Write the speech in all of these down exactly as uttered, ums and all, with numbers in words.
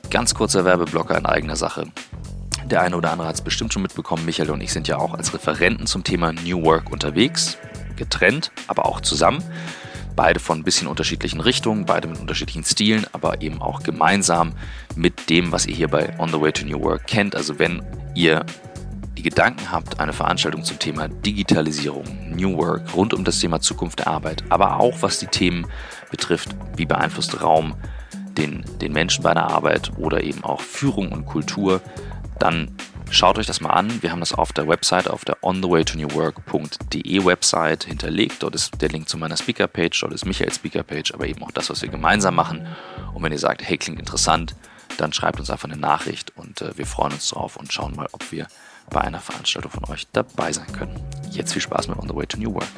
Ganz kurzer Werbeblocker in eigener Sache. Der eine oder andere hat es bestimmt schon mitbekommen, Michael und ich sind ja auch als Referenten zum Thema New Work unterwegs, getrennt, aber auch zusammen. Beide von ein bisschen unterschiedlichen Richtungen, beide mit unterschiedlichen Stilen, aber eben auch gemeinsam mit dem, was ihr hier bei On the Way to New Work kennt. Also wenn ihr die Gedanken habt, eine Veranstaltung zum Thema Digitalisierung, New Work, rund um das Thema Zukunft der Arbeit, aber auch was die Themen betrifft, wie beeinflusst Raum den, den Menschen bei der Arbeit oder eben auch Führung und Kultur, dann schaut euch das mal an. Wir haben das auf der Website, auf der on the way to new work punkt de Website hinterlegt. Dort ist der Link zu meiner Speaker-Page, dort ist Michaels Speaker-Page, aber eben auch das, was wir gemeinsam machen. Und wenn ihr sagt, hey, klingt interessant, dann schreibt uns einfach eine Nachricht und äh, wir freuen uns drauf und schauen mal, ob wir bei einer Veranstaltung von euch dabei sein können. Jetzt viel Spaß mit On the Way to New Work.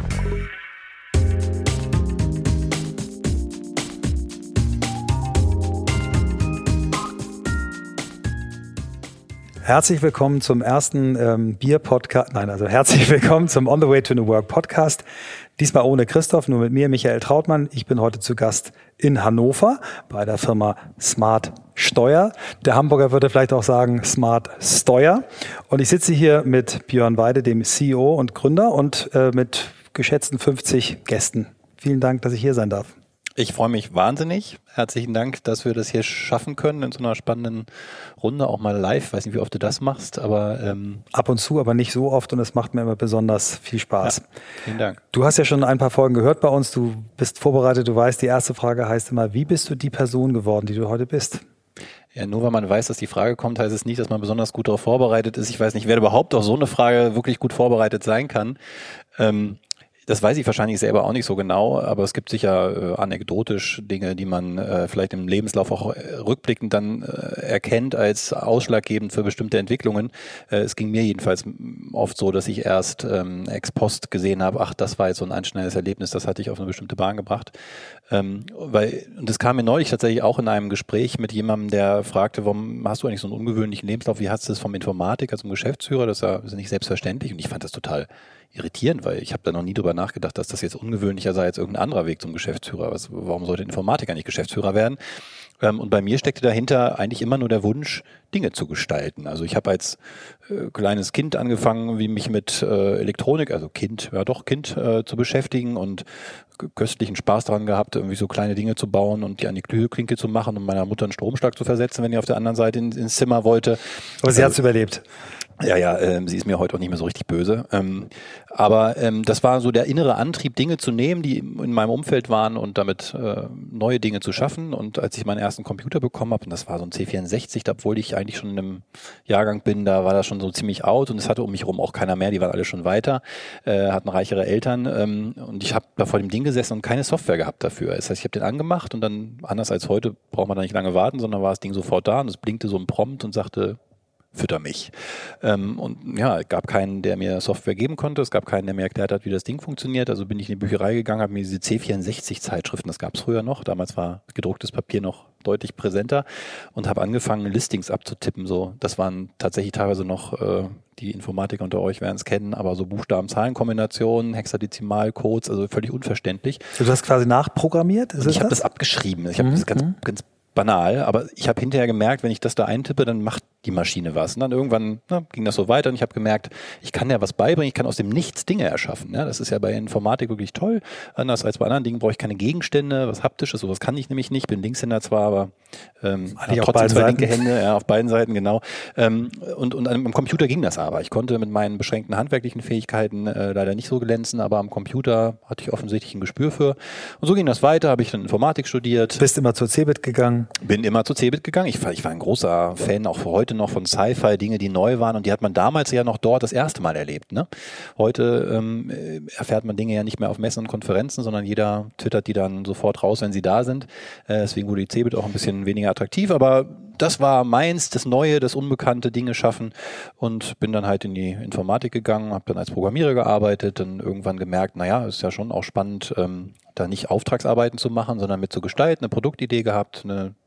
Herzlich willkommen zum ersten ähm, Bier-Podcast, nein, also herzlich willkommen zum On the Way to New Work Podcast. Diesmal ohne Christoph, nur mit mir, Michael Trautmann. Ich bin heute zu Gast in Hannover bei der Firma Smart Steuer. Der Hamburger würde vielleicht auch sagen Smart Steuer. Und ich sitze hier mit Björn Weide, dem C E O und Gründer, und äh, mit geschätzten fünfzig Gästen. Vielen Dank, dass ich hier sein darf. Ich freue mich wahnsinnig. Herzlichen Dank, dass wir das hier schaffen können in so einer spannenden Runde, auch mal live. Ich weiß nicht, wie oft du das machst, aber ähm ab und zu, aber nicht so oft, und es macht mir immer besonders viel Spaß. Ja, vielen Dank. Du hast ja schon ein paar Folgen gehört bei uns. Du bist vorbereitet. Du weißt, die erste Frage heißt immer: Wie bist du die Person geworden, die du heute bist? Ja, nur weil man weiß, dass die Frage kommt, heißt es nicht, dass man besonders gut darauf vorbereitet ist. Ich weiß nicht, wer überhaupt auf so eine Frage wirklich gut vorbereitet sein kann. Ähm Das weiß ich wahrscheinlich selber auch nicht so genau, aber es gibt sicher äh, anekdotisch Dinge, die man äh, vielleicht im Lebenslauf auch äh, rückblickend dann äh, erkennt als ausschlaggebend für bestimmte Entwicklungen. Äh, es ging mir jedenfalls oft so, dass ich erst ähm, ex post gesehen habe, ach, das war jetzt so ein einschneidendes Erlebnis, das hatte ich auf eine bestimmte Bahn gebracht. Ähm, weil, und das kam mir neulich tatsächlich auch in einem Gespräch mit jemandem, der fragte, warum hast du eigentlich so einen ungewöhnlichen Lebenslauf, wie hast du das vom Informatiker zum Geschäftsführer? Das ist ja das ist nicht selbstverständlich, und ich fand das total irritierend, weil ich habe da noch nie drüber nachgedacht, dass das jetzt ungewöhnlicher sei als irgendein anderer Weg zum Geschäftsführer. Was, warum sollte ein Informatiker nicht Geschäftsführer werden? Ähm, und bei mir steckte dahinter eigentlich immer nur der Wunsch, Dinge zu gestalten. Also ich habe als äh, kleines Kind angefangen, wie mich mit äh, Elektronik, also Kind, ja doch Kind, äh, zu beschäftigen und köstlichen Spaß daran gehabt, irgendwie so kleine Dinge zu bauen und die an die Glühklinke zu machen und meiner Mutter einen Stromschlag zu versetzen, wenn die auf der anderen Seite in, ins Zimmer wollte. Aber sie also, hat es überlebt. Ja, ja, ähm, sie ist mir heute auch nicht mehr so richtig böse. Ähm, aber ähm, das war so der innere Antrieb, Dinge zu nehmen, die in meinem Umfeld waren, und damit äh, neue Dinge zu schaffen. Und als ich meinen ersten Computer bekommen habe, und das war so ein C vierundsechzig, obwohl ich eigentlich schon in einem Jahrgang bin, da war das schon so ziemlich out, und es hatte um mich herum auch keiner mehr, die waren alle schon weiter, äh, hatten reichere Eltern. Ähm, und ich habe da vor dem Ding gesessen und keine Software gehabt dafür. Das heißt, ich habe den angemacht, und dann, anders als heute, braucht man da nicht lange warten, sondern war das Ding sofort da, und es blinkte so ein Prompt und sagte: Fütter mich. Ähm, und ja, es gab keinen, der mir Software geben konnte. Es gab keinen, der mir erklärt hat, wie das Ding funktioniert. Also bin ich in die Bücherei gegangen, habe mir diese C vierundsechzig Zeitschriften, das gab es früher noch, damals war gedrucktes Papier noch deutlich präsenter, und habe angefangen, Listings abzutippen. So, das waren tatsächlich teilweise noch, äh, die Informatiker unter euch werden es kennen, aber so Buchstaben-Zahlen-Kombinationen, Hexadezimalcodes, also völlig unverständlich. Du hast quasi nachprogrammiert? Ist ich habe das? das abgeschrieben. Ich habe mhm. das ganz, ganz banal, aber ich habe hinterher gemerkt, wenn ich das da eintippe, dann macht die Maschine was. Und dann irgendwann na, ging das so weiter, und ich habe gemerkt, ich kann ja was beibringen, ich kann aus dem Nichts Dinge erschaffen. Ja, das ist ja bei Informatik wirklich toll. Anders als bei anderen Dingen brauche ich keine Gegenstände, was Haptisches, sowas kann ich nämlich nicht. Bin Linkshänder zwar, aber ähm, habe trotzdem zwei linke Hände, ja, auf beiden Seiten, genau. Ähm, und, und am Computer ging das aber. Ich konnte mit meinen beschränkten handwerklichen Fähigkeiten äh, leider nicht so glänzen, aber am Computer hatte ich offensichtlich ein Gespür für. Und so ging das weiter, habe ich dann Informatik studiert. Bist immer zur CeBIT gegangen? Bin immer zur CeBIT gegangen. Ich war, ich war ein großer Fan, auch für heute noch, von Sci-Fi, Dinge, die neu waren, und die hat man damals ja noch dort das erste Mal erlebt. Ne? Heute ähm, erfährt man Dinge ja nicht mehr auf Messen und Konferenzen, sondern jeder twittert die dann sofort raus, wenn sie da sind. Äh, deswegen wurde die CeBIT auch ein bisschen weniger attraktiv, aber das war meins, das Neue, das Unbekannte, Dinge schaffen, und bin dann halt in die Informatik gegangen, habe dann als Programmierer gearbeitet, dann irgendwann gemerkt, naja, ist ja schon auch spannend, ähm, da nicht Auftragsarbeiten zu machen, sondern mit zu gestalten, eine Produktidee gehabt, eine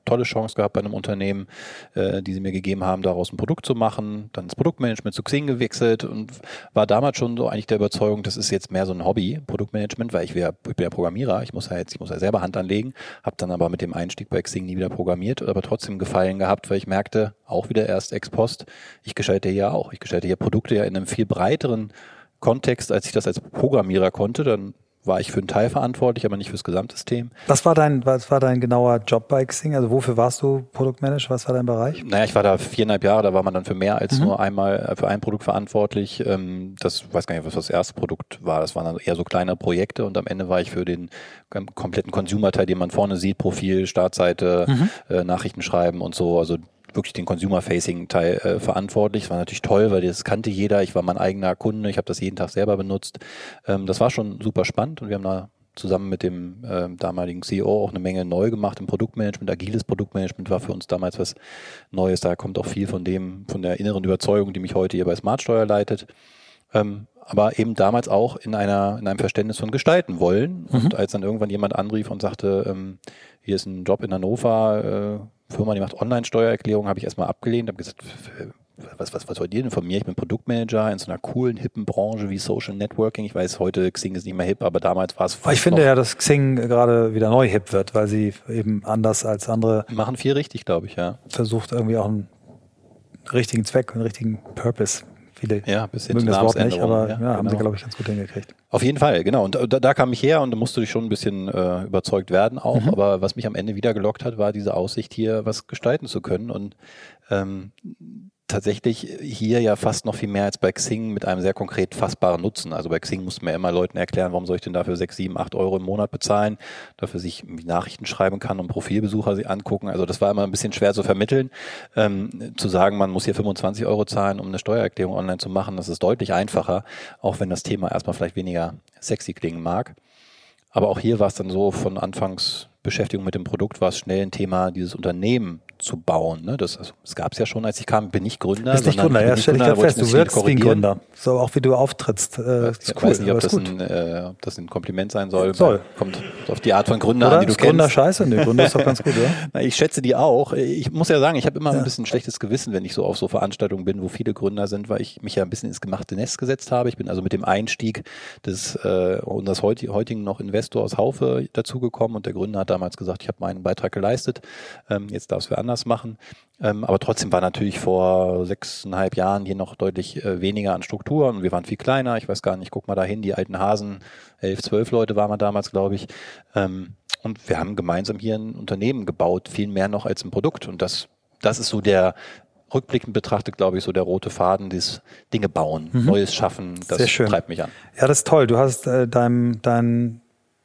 tolle Chance gehabt bei einem Unternehmen, äh, die sie mir gegeben haben, daraus ein Produkt zu machen, dann ins Produktmanagement zu Xing gewechselt und war damals schon so eigentlich der Überzeugung, das ist jetzt mehr so ein Hobby, Produktmanagement, weil ich, wär, ich bin ja Programmierer, ich muss ja jetzt, ich muss ja selber Hand anlegen, habe dann aber mit dem Einstieg bei Xing nie wieder programmiert, aber trotzdem Gefallen gehabt, weil ich merkte, auch wieder erst ex post, ich gestalte hier auch, ich gestalte hier Produkte ja in einem viel breiteren Kontext, als ich das als Programmierer konnte, dann war ich für einen Teil verantwortlich, aber nicht fürs Gesamtsystem. Was war dein, was war dein genauer Job bei Xing? Also wofür warst du Produktmanager? Was war dein Bereich? Naja, ich war da viereinhalb Jahre, da war man dann für mehr als mhm. nur einmal für ein Produkt verantwortlich. Das weiß gar nicht, was das erste Produkt war. Das waren dann eher so kleine Projekte und am Ende war ich für den kompletten Consumer-Teil, den man vorne sieht, Profil, Startseite, mhm. äh, Nachrichten schreiben und so, also wirklich den Consumer-Facing-Teil äh, verantwortlich. Das war natürlich toll, weil das kannte jeder. Ich war mein eigener Kunde. Ich habe das jeden Tag selber benutzt. Ähm, das war schon super spannend und wir haben da zusammen mit dem äh, damaligen C E O auch eine Menge neu gemacht im Produktmanagement. Agiles Produktmanagement war für uns damals was Neues. Da kommt auch viel von dem, von der inneren Überzeugung, die mich heute hier bei Smartsteuer leitet. Ähm, aber eben damals auch in einer in einem Verständnis von gestalten wollen. Mhm. Und als dann irgendwann jemand anrief und sagte, ähm, hier ist ein Job in Hannover, äh, Firma, die macht Online-Steuererklärung, habe ich erstmal abgelehnt, habe gesagt, was, was, was wollt ihr denn von mir? Ich bin Produktmanager in so einer coolen, hippen Branche wie Social Networking. Ich weiß, heute Xing ist nicht mehr hip, aber damals war es Ich finde ja, dass Xing gerade wieder neu hip wird, weil sie eben anders als andere machen viel richtig, glaube ich, ja. Versucht irgendwie auch einen richtigen Zweck, einen richtigen Purpose. Viele ja, bis hin mögen das Wort nicht, aber ja, ja, ja, haben genau. sie, glaube ich, ganz gut hingekriegt. Auf jeden Fall, genau. Und da, da kam ich her und da musste ich schon ein bisschen äh, überzeugt werden auch. Mhm. Aber was mich am Ende wieder gelockt hat, war diese Aussicht, hier was gestalten zu können. Und ähm, tatsächlich hier ja fast noch viel mehr als bei Xing mit einem sehr konkret fassbaren Nutzen. Also bei Xing mussten wir immer Leuten erklären, warum soll ich denn dafür sechs, sieben, acht Euro im Monat bezahlen, dafür sich Nachrichten schreiben kann und Profilbesucher sie angucken. Also das war immer ein bisschen schwer zu vermitteln. Ähm, zu sagen, man muss hier fünfundzwanzig Euro zahlen, um eine Steuererklärung online zu machen, das ist deutlich einfacher, auch wenn das Thema erstmal vielleicht weniger sexy klingen mag. Aber auch hier war es dann so, von Anfangs Beschäftigung mit dem Produkt war es schnell ein Thema, dieses Unternehmen zu bauen. Ne? Das, also, das gab es ja schon, als ich kam, bin ich Gründer. Bist nicht Gründer, ja, stell dich gerade fest, du wirkst wie ein Gründer. So auch wie du auftrittst. Äh, ich cool, weiß nicht, ob das, ein, äh, ob das ein Kompliment sein soll. Soll. Kommt auf die Art von Gründer oder? an, die du ist kennst. Gründer scheiße? Nee, Gründer ist doch ganz gut, oder? Na, ich schätze die auch. Ich muss ja sagen, ich habe immer ja. ein bisschen schlechtes Gewissen, wenn ich so auf so Veranstaltungen bin, wo viele Gründer sind, weil ich mich ja ein bisschen ins gemachte Nest gesetzt habe. Ich bin also mit dem Einstieg des äh, unseres heutigen noch Investors Haufe dazugekommen und der Gründer hat damals gesagt, ich habe meinen Beitrag geleistet, ähm, jetzt darfst du anders machen. Ähm, aber trotzdem war natürlich vor sechseinhalb Jahren hier noch deutlich äh, weniger an Strukturen und wir waren viel kleiner. Ich weiß gar nicht, guck mal dahin, die alten Hasen, elf, zwölf Leute waren wir damals, glaube ich. Ähm, und wir haben gemeinsam hier ein Unternehmen gebaut, viel mehr noch als ein Produkt. Und das, das ist so der, rückblickend betrachtet, glaube ich, so der rote Faden, dieses Dinge bauen, mhm. Neues schaffen, das treibt mich an. Ja, das ist toll. Du hast äh, deinem, dein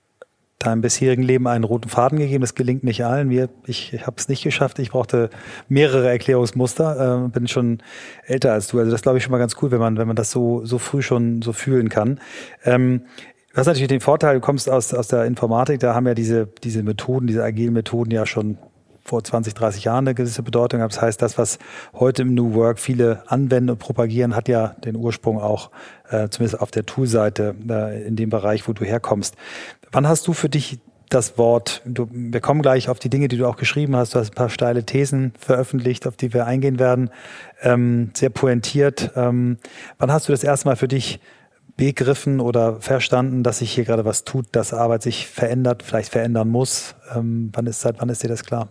deinem bisherigen Leben einen roten Faden gegeben. Das gelingt nicht allen. Wir, ich ich habe es nicht geschafft. Ich brauchte mehrere Erklärungsmuster. Äh, bin schon älter als du. Also das glaube ich schon mal ganz cool, wenn man wenn man das so so früh schon so fühlen kann. Ähm, du hast natürlich den Vorteil, du kommst aus aus der Informatik. Da haben ja diese diese Methoden, diese agilen Methoden ja schon vor zwanzig, dreißig Jahren eine gewisse Bedeutung. Das heißt, das, was heute im New Work viele anwenden und propagieren, hat ja den Ursprung auch, äh, zumindest auf der Tool-Seite, äh, in dem Bereich, wo du herkommst. Wann hast du für dich das Wort, du, wir kommen gleich auf die Dinge, die du auch geschrieben hast, du hast ein paar steile Thesen veröffentlicht, auf die wir eingehen werden, ähm, sehr pointiert. Ähm, wann hast du das erste Mal für dich begriffen oder verstanden, dass sich hier gerade was tut, dass Arbeit sich verändert, vielleicht verändern muss? Ähm, wann ist, seit wann ist dir das klar?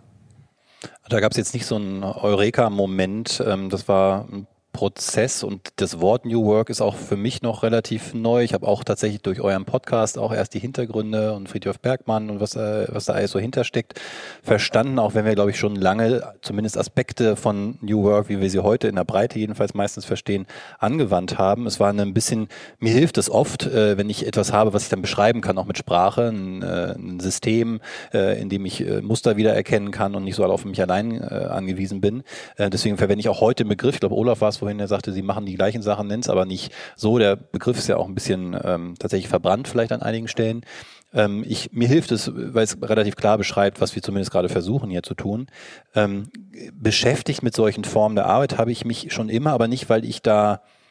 Da gab es jetzt nicht so einen Eureka-Moment, ähm, das war ein Prozess und das Wort New Work ist auch für mich noch relativ neu. Ich habe auch tatsächlich durch euren Podcast auch erst die Hintergründe und Friedhof Bergmann und was, äh, was da alles so hintersteckt, verstanden, auch wenn wir, glaube ich, schon lange zumindest Aspekte von New Work, wie wir sie heute in der Breite jedenfalls meistens verstehen, angewandt haben. Es war ein bisschen, mir hilft es oft, äh, wenn ich etwas habe, was ich dann beschreiben kann, auch mit Sprache, ein, äh, ein System, äh, in dem ich äh, Muster wiedererkennen kann und nicht so auf mich allein äh, angewiesen bin. Äh, deswegen verwende ich auch heute den Begriff, ich glaube, Olaf war es vorhin, der sagte, sie machen die gleichen Sachen, nennt es aber nicht so. Der Begriff ist ja auch ein bisschen ähm, tatsächlich verbrannt vielleicht an einigen Stellen. Ähm, ich, mir hilft es, weil es relativ klar beschreibt, was wir zumindest gerade versuchen hier zu tun. Ähm, beschäftigt mit solchen Formen der Arbeit habe ich mich schon immer, aber nicht, weil ich da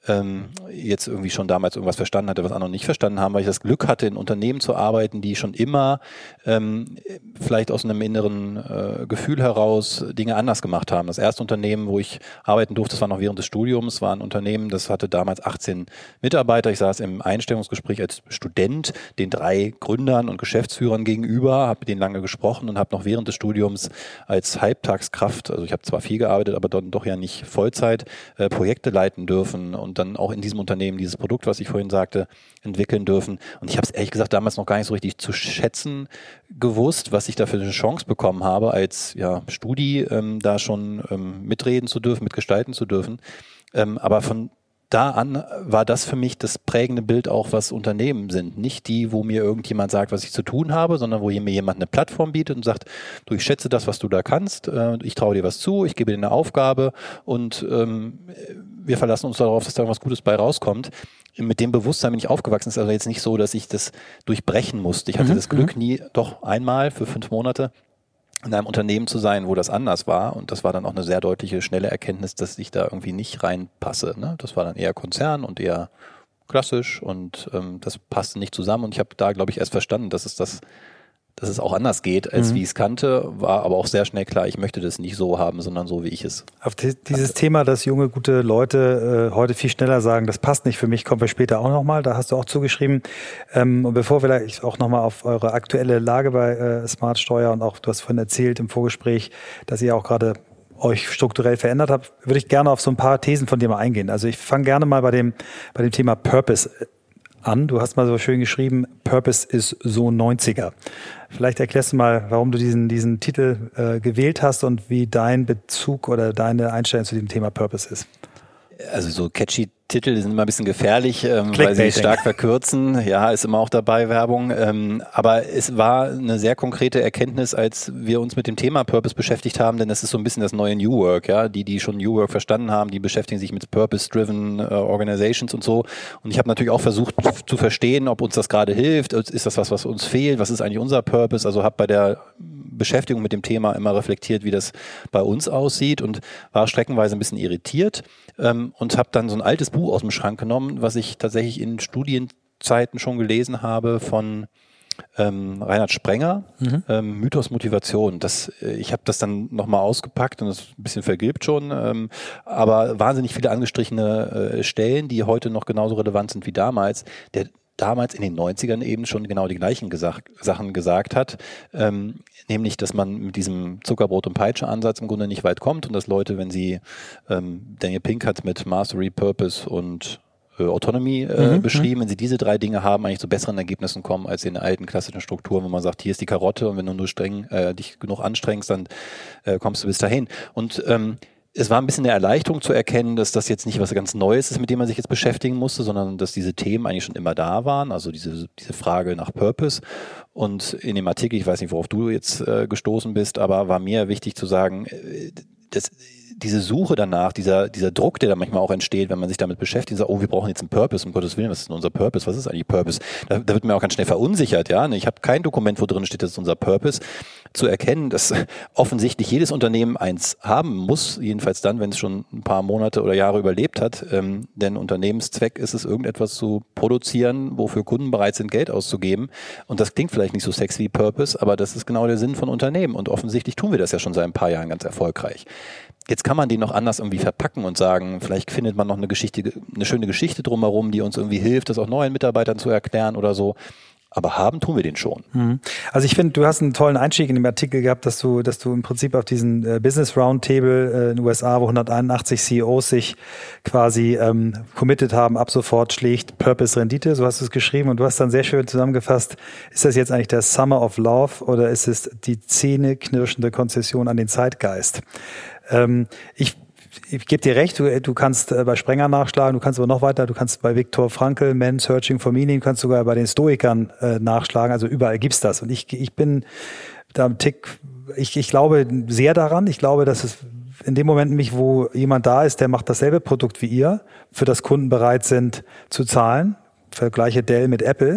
ähm, jetzt irgendwie schon damals irgendwas verstanden hatte, was andere nicht verstanden haben, weil ich das Glück hatte, in Unternehmen zu arbeiten, die schon immer ähm, vielleicht aus einem inneren äh, Gefühl heraus Dinge anders gemacht haben. Das erste Unternehmen, wo ich arbeiten durfte, das war noch während des Studiums, war ein Unternehmen, das hatte damals achtzehn Mitarbeiter. Ich saß im Einstellungsgespräch als Student den drei Gründern und Geschäftsführern gegenüber, habe mit denen lange gesprochen und habe noch während des Studiums als Halbtagskraft, also ich habe zwar viel gearbeitet, aber dann doch ja nicht Vollzeit, äh, Projekte leiten dürfen und dann auch in diesem Unternehmen dieses Produkt, was ich vorhin sagte, entwickeln dürfen. Und ich habe es ehrlich gesagt damals noch gar nicht so richtig zu schätzen gewusst, was ich da für eine Chance bekommen habe, als ja, Studi ähm, da schon ähm, mitreden zu dürfen, mitgestalten zu dürfen. Ähm, aber von da an war das für mich das prägende Bild auch, was Unternehmen sind. Nicht die, wo mir irgendjemand sagt, was ich zu tun habe, sondern wo mir jemand eine Plattform bietet und sagt, du, ich schätze das, was du da kannst, ich traue dir was zu, ich gebe dir eine Aufgabe und ähm, wir verlassen uns darauf, dass da was Gutes bei rauskommt. Mit dem Bewusstsein bin ich aufgewachsen. Es ist also jetzt nicht so, dass ich das durchbrechen musste. Ich hatte mhm. das Glück nie, doch einmal für fünf Monate, in einem Unternehmen zu sein, wo das anders war. Und das war dann auch eine sehr deutliche, schnelle Erkenntnis, dass ich da irgendwie nicht reinpasse. Ne? Das war dann eher Konzern und eher klassisch und ähm, das passte nicht zusammen. Und ich habe da, glaube ich, erst verstanden, dass es das, dass es auch anders geht, als mhm. wie ich es kannte. War aber auch sehr schnell klar, ich möchte das nicht so haben, sondern so, wie ich es Auf die, dieses hatte. Thema, dass junge, gute Leute äh, heute viel schneller sagen, das passt nicht für mich, kommen wir später auch nochmal. Da hast du auch zugeschrieben. Ähm, und bevor wir vielleicht auch nochmal auf eure aktuelle Lage bei äh, Smart Steuer und auch, du hast vorhin erzählt im Vorgespräch, dass ihr auch gerade euch strukturell verändert habt, würde ich gerne auf so ein paar Thesen von dir mal eingehen. Also ich fange gerne mal bei dem, bei dem Thema Purpose an. Du hast mal so schön geschrieben, Purpose ist so neunziger. Vielleicht erklärst du mal, warum du diesen, diesen Titel äh, gewählt hast und wie dein Bezug oder deine Einstellung zu dem Thema Purpose ist. Also so catchy Titel sind immer ein bisschen gefährlich, ähm, weil sie stark verkürzen. Ja, ist immer auch dabei Werbung. Ähm, aber es war eine sehr konkrete Erkenntnis, als wir uns mit dem Thema Purpose beschäftigt haben, denn das ist so ein bisschen das neue New Work. Ja, die, die schon New Work verstanden haben, die beschäftigen sich mit Purpose-driven äh, Organizations und so. Und ich habe natürlich auch versucht zu verstehen, ob uns das gerade hilft. Ist das was, was uns fehlt? Was ist eigentlich unser Purpose? Also habe bei der Beschäftigung mit dem Thema immer reflektiert, wie das bei uns aussieht und war streckenweise ein bisschen irritiert ähm, und habe dann so ein altes Buch aus dem Schrank genommen, was ich tatsächlich in Studienzeiten schon gelesen habe von ähm, Reinhard Sprenger, mhm. ähm, Mythos Motivation. Das, äh, ich habe das dann nochmal ausgepackt und das ist ein bisschen vergilbt schon, ähm, aber wahnsinnig viele angestrichene äh, Stellen, die heute noch genauso relevant sind wie damals. Der damals in den neunzigern eben schon genau die gleichen gesagt, Sachen gesagt hat, ähm, nämlich, dass man mit diesem Zuckerbrot- und Peitsche-Ansatz im Grunde nicht weit kommt und dass Leute, wenn sie, ähm, Daniel Pink hat mit Mastery, Purpose und äh, Autonomy äh, mhm, beschrieben, wenn sie diese drei Dinge haben, eigentlich zu besseren Ergebnissen kommen als in alten klassischen Strukturen, wo man sagt, hier ist die Karotte und wenn du nur streng äh, dich genug anstrengst, dann äh, kommst du bis dahin. Und ähm, es war ein bisschen eine Erleichterung zu erkennen, dass das jetzt nicht was ganz Neues ist, mit dem man sich jetzt beschäftigen musste, sondern dass diese Themen eigentlich schon immer da waren, also diese, diese Frage nach Purpose. Und in dem Artikel, ich weiß nicht, worauf du jetzt äh, gestoßen bist, aber war mir wichtig zu sagen, äh, dass diese Suche danach, dieser, dieser Druck, der da manchmal auch entsteht, wenn man sich damit beschäftigt und sagt, oh, wir brauchen jetzt einen Purpose, um Gottes Willen, was ist denn unser Purpose, was ist eigentlich Purpose? Da, da wird mir auch ganz schnell verunsichert, ja. Ich habe kein Dokument, wo drin steht, das ist unser Purpose. Zu erkennen, dass offensichtlich jedes Unternehmen eins haben muss, jedenfalls dann, wenn es schon ein paar Monate oder Jahre überlebt hat, ähm, denn Unternehmenszweck ist es, irgendetwas zu produzieren, wofür Kunden bereit sind, Geld auszugeben. Und das klingt vielleicht nicht so sexy wie Purpose, aber das ist genau der Sinn von Unternehmen. Und offensichtlich tun wir das ja schon seit ein paar Jahren ganz erfolgreich. Jetzt kann man den noch anders irgendwie verpacken und sagen, vielleicht findet man noch eine Geschichte, eine schöne Geschichte drumherum, die uns irgendwie hilft, das auch neuen Mitarbeitern zu erklären oder so. Aber haben tun wir den schon. Also ich finde, du hast einen tollen Einstieg in dem Artikel gehabt, dass du, dass du im Prinzip auf diesen äh, Business Roundtable äh, in den U S A, wo hunderteinundachtzig C E Os sich quasi ähm, committed haben, ab sofort schlägt Purpose Rendite, so hast du es geschrieben und du hast dann sehr schön zusammengefasst, ist das jetzt eigentlich der Summer of Love oder ist es die zähneknirschende Konzession an den Zeitgeist? Ähm, ich Ich gebe dir recht, du, du kannst bei Sprenger nachschlagen, du kannst aber noch weiter, du kannst bei Viktor Frankl, Man Searching for Meaning, du kannst sogar bei den Stoikern äh, nachschlagen, also überall gibt's das. Und ich, ich bin da im Tick, ich, ich glaube sehr daran, ich glaube, dass es in dem Moment nämlich, wo jemand da ist, der macht dasselbe Produkt wie ihr, für das Kunden bereit sind zu zahlen, vergleiche Dell mit Apple,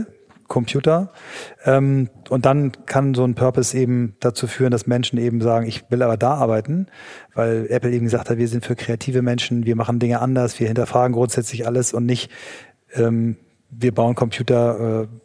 Computer. Ähm, und dann kann so ein Purpose eben dazu führen, dass Menschen eben sagen, ich will aber da arbeiten, weil Apple eben gesagt hat, wir sind für kreative Menschen, wir machen Dinge anders, wir hinterfragen grundsätzlich alles und nicht, ähm, wir bauen Computer äh,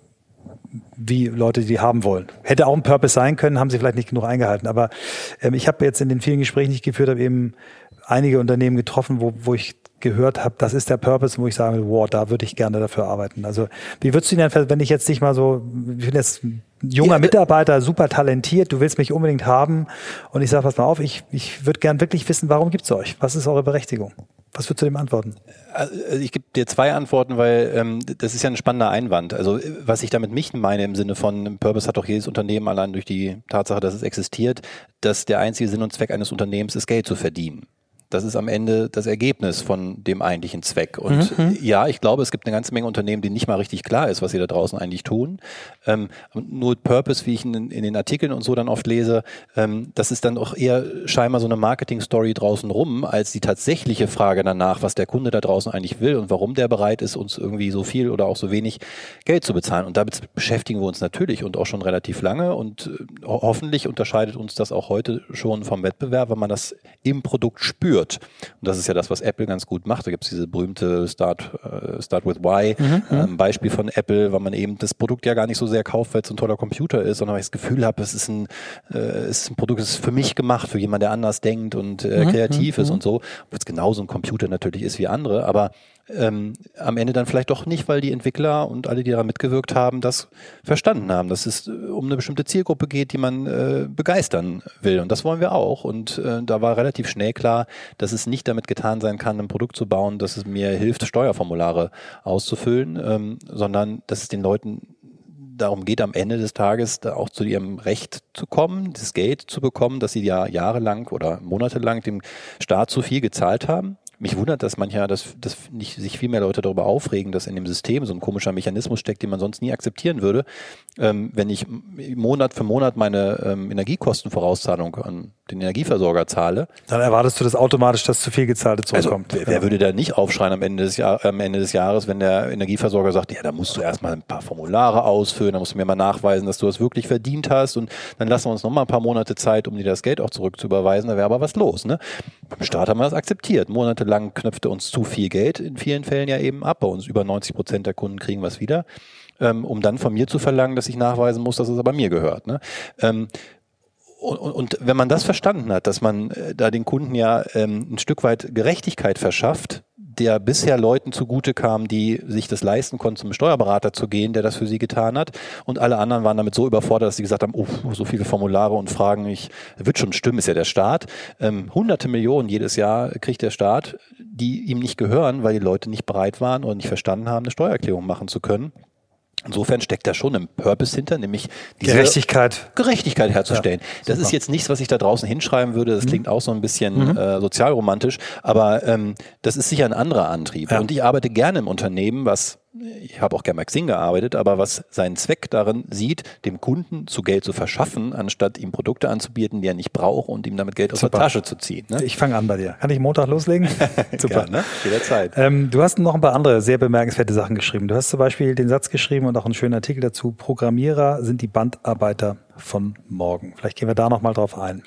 wie Leute, die haben wollen. Hätte auch ein Purpose sein können, haben sie vielleicht nicht genug eingehalten. Aber ähm, ich habe jetzt in den vielen Gesprächen, die ich geführt habe, eben einige Unternehmen getroffen, wo, wo ich gehört habe, das ist der Purpose, wo ich sage, wow, da würde ich gerne dafür arbeiten. Also wie würdest du denn, wenn ich jetzt nicht mal so, ich bin jetzt ein junger ja, Mitarbeiter, super talentiert, du willst mich unbedingt haben und ich sage, pass mal auf, ich, ich würde gern wirklich wissen, warum gibt's euch? Was ist eure Berechtigung? Was würdest du dem antworten? Also ich gebe dir zwei Antworten, weil ähm, das ist ja ein spannender Einwand. Also was ich damit nicht meine im Sinne von Purpose hat doch jedes Unternehmen allein durch die Tatsache, dass es existiert, dass der einzige Sinn und Zweck eines Unternehmens ist, Geld zu verdienen. Das ist am Ende das Ergebnis von dem eigentlichen Zweck. Und mhm. ja, ich glaube, es gibt eine ganze Menge Unternehmen, denen nicht mal richtig klar ist, was sie da draußen eigentlich tun. Ähm, nur Purpose, wie ich in, in den Artikeln und so dann oft lese, ähm, das ist dann auch eher scheinbar so eine Marketing-Story draußen rum, als die tatsächliche Frage danach, was der Kunde da draußen eigentlich will und warum der bereit ist, uns irgendwie so viel oder auch so wenig Geld zu bezahlen. Und damit beschäftigen wir uns natürlich und auch schon relativ lange. Und äh, hoffentlich unterscheidet uns das auch heute schon vom Wettbewerb, weil man das im Produkt spürt. Und das ist ja das, was Apple ganz gut macht. Da gibt es diese berühmte Start, uh, Start with Why, mhm, ähm, Beispiel von Apple, weil man eben das Produkt ja gar nicht so sehr kauft, weil es ein toller Computer ist, sondern weil ich das Gefühl habe, es ist ein, äh, es ist ein Produkt, das ist für mich gemacht, für jemanden, der anders denkt und äh, mhm, kreativ mhm, ist und so. Ob es genauso ein Computer natürlich ist wie andere, aber Ähm, am Ende dann vielleicht doch nicht, weil die Entwickler und alle, die daran mitgewirkt haben, das verstanden haben, dass es äh, um eine bestimmte Zielgruppe geht, die man äh, begeistern will. Und das wollen wir auch. Und äh, da war relativ schnell klar, dass es nicht damit getan sein kann, ein Produkt zu bauen, das es mir hilft, Steuerformulare auszufüllen, ähm, sondern dass es den Leuten darum geht, am Ende des Tages da auch zu ihrem Recht zu kommen, das Geld zu bekommen, dass sie ja jahrelang oder monatelang dem Staat zu viel gezahlt haben. Mich wundert, dass mancher, dass, dass nicht sich viel mehr Leute darüber aufregen, dass in dem System so ein komischer Mechanismus steckt, den man sonst nie akzeptieren würde. Ähm, wenn ich Monat für Monat meine ähm, Energiekostenvorauszahlung an den Energieversorger zahle, dann erwartest du das automatisch, dass zu viel Gezahlte zurückkommt. Also, wer, wer würde da nicht aufschreien am Ende des, Jahr, am Ende des Jahres, wenn der Energieversorger sagt, ja, da musst du erstmal ein paar Formulare ausfüllen, da musst du mir mal nachweisen, dass du das wirklich verdient hast und dann lassen wir uns noch mal ein paar Monate Zeit, um dir das Geld auch zurückzuüberweisen, da wäre aber was los. Ne? Beim Staat haben wir das akzeptiert. Monatelang knöpfte uns zu viel Geld, in vielen Fällen ja eben ab. Bei uns über neunzig Prozent der Kunden kriegen was wieder, ähm, um dann von mir zu verlangen, dass ich nachweisen muss, dass es aber mir gehört. Ne? Ähm, Und, und wenn man das verstanden hat, dass man äh, da den Kunden ja ähm, ein Stück weit Gerechtigkeit verschafft, der bisher Leuten zugute kam, die sich das leisten konnten, zum Steuerberater zu gehen, der das für sie getan hat, und alle anderen waren damit so überfordert, dass sie gesagt haben, oh, so viele Formulare und Fragen, ich wird schon stimmen, ist ja der Staat. Ähm, hunderte Millionen jedes Jahr kriegt der Staat, die ihm nicht gehören, weil die Leute nicht bereit waren oder nicht verstanden haben, eine Steuererklärung machen zu können. Insofern steckt da schon ein Purpose hinter, nämlich diese Gerechtigkeit, Gerechtigkeit herzustellen. Ja, das ist jetzt nichts, was ich da draußen hinschreiben würde. Das mhm. klingt auch so ein bisschen mhm. äh, sozialromantisch, aber ähm, das ist sicher ein anderer Antrieb. Ja. Und ich arbeite gerne im Unternehmen, was ich habe auch gerne bei Xing gearbeitet, aber was seinen Zweck darin sieht, dem Kunden zu Geld zu verschaffen, anstatt ihm Produkte anzubieten, die er nicht braucht und ihm damit Geld aus Super. der Tasche zu ziehen. Ne? Ich fange an bei dir. Kann ich Montag loslegen? Super. Gerne, jederzeit. Ähm, du hast noch ein paar andere sehr bemerkenswerte Sachen geschrieben. Du hast zum Beispiel den Satz geschrieben und auch einen schönen Artikel dazu, Programmierer sind die Bandarbeiter von morgen. Vielleicht gehen wir da nochmal drauf ein.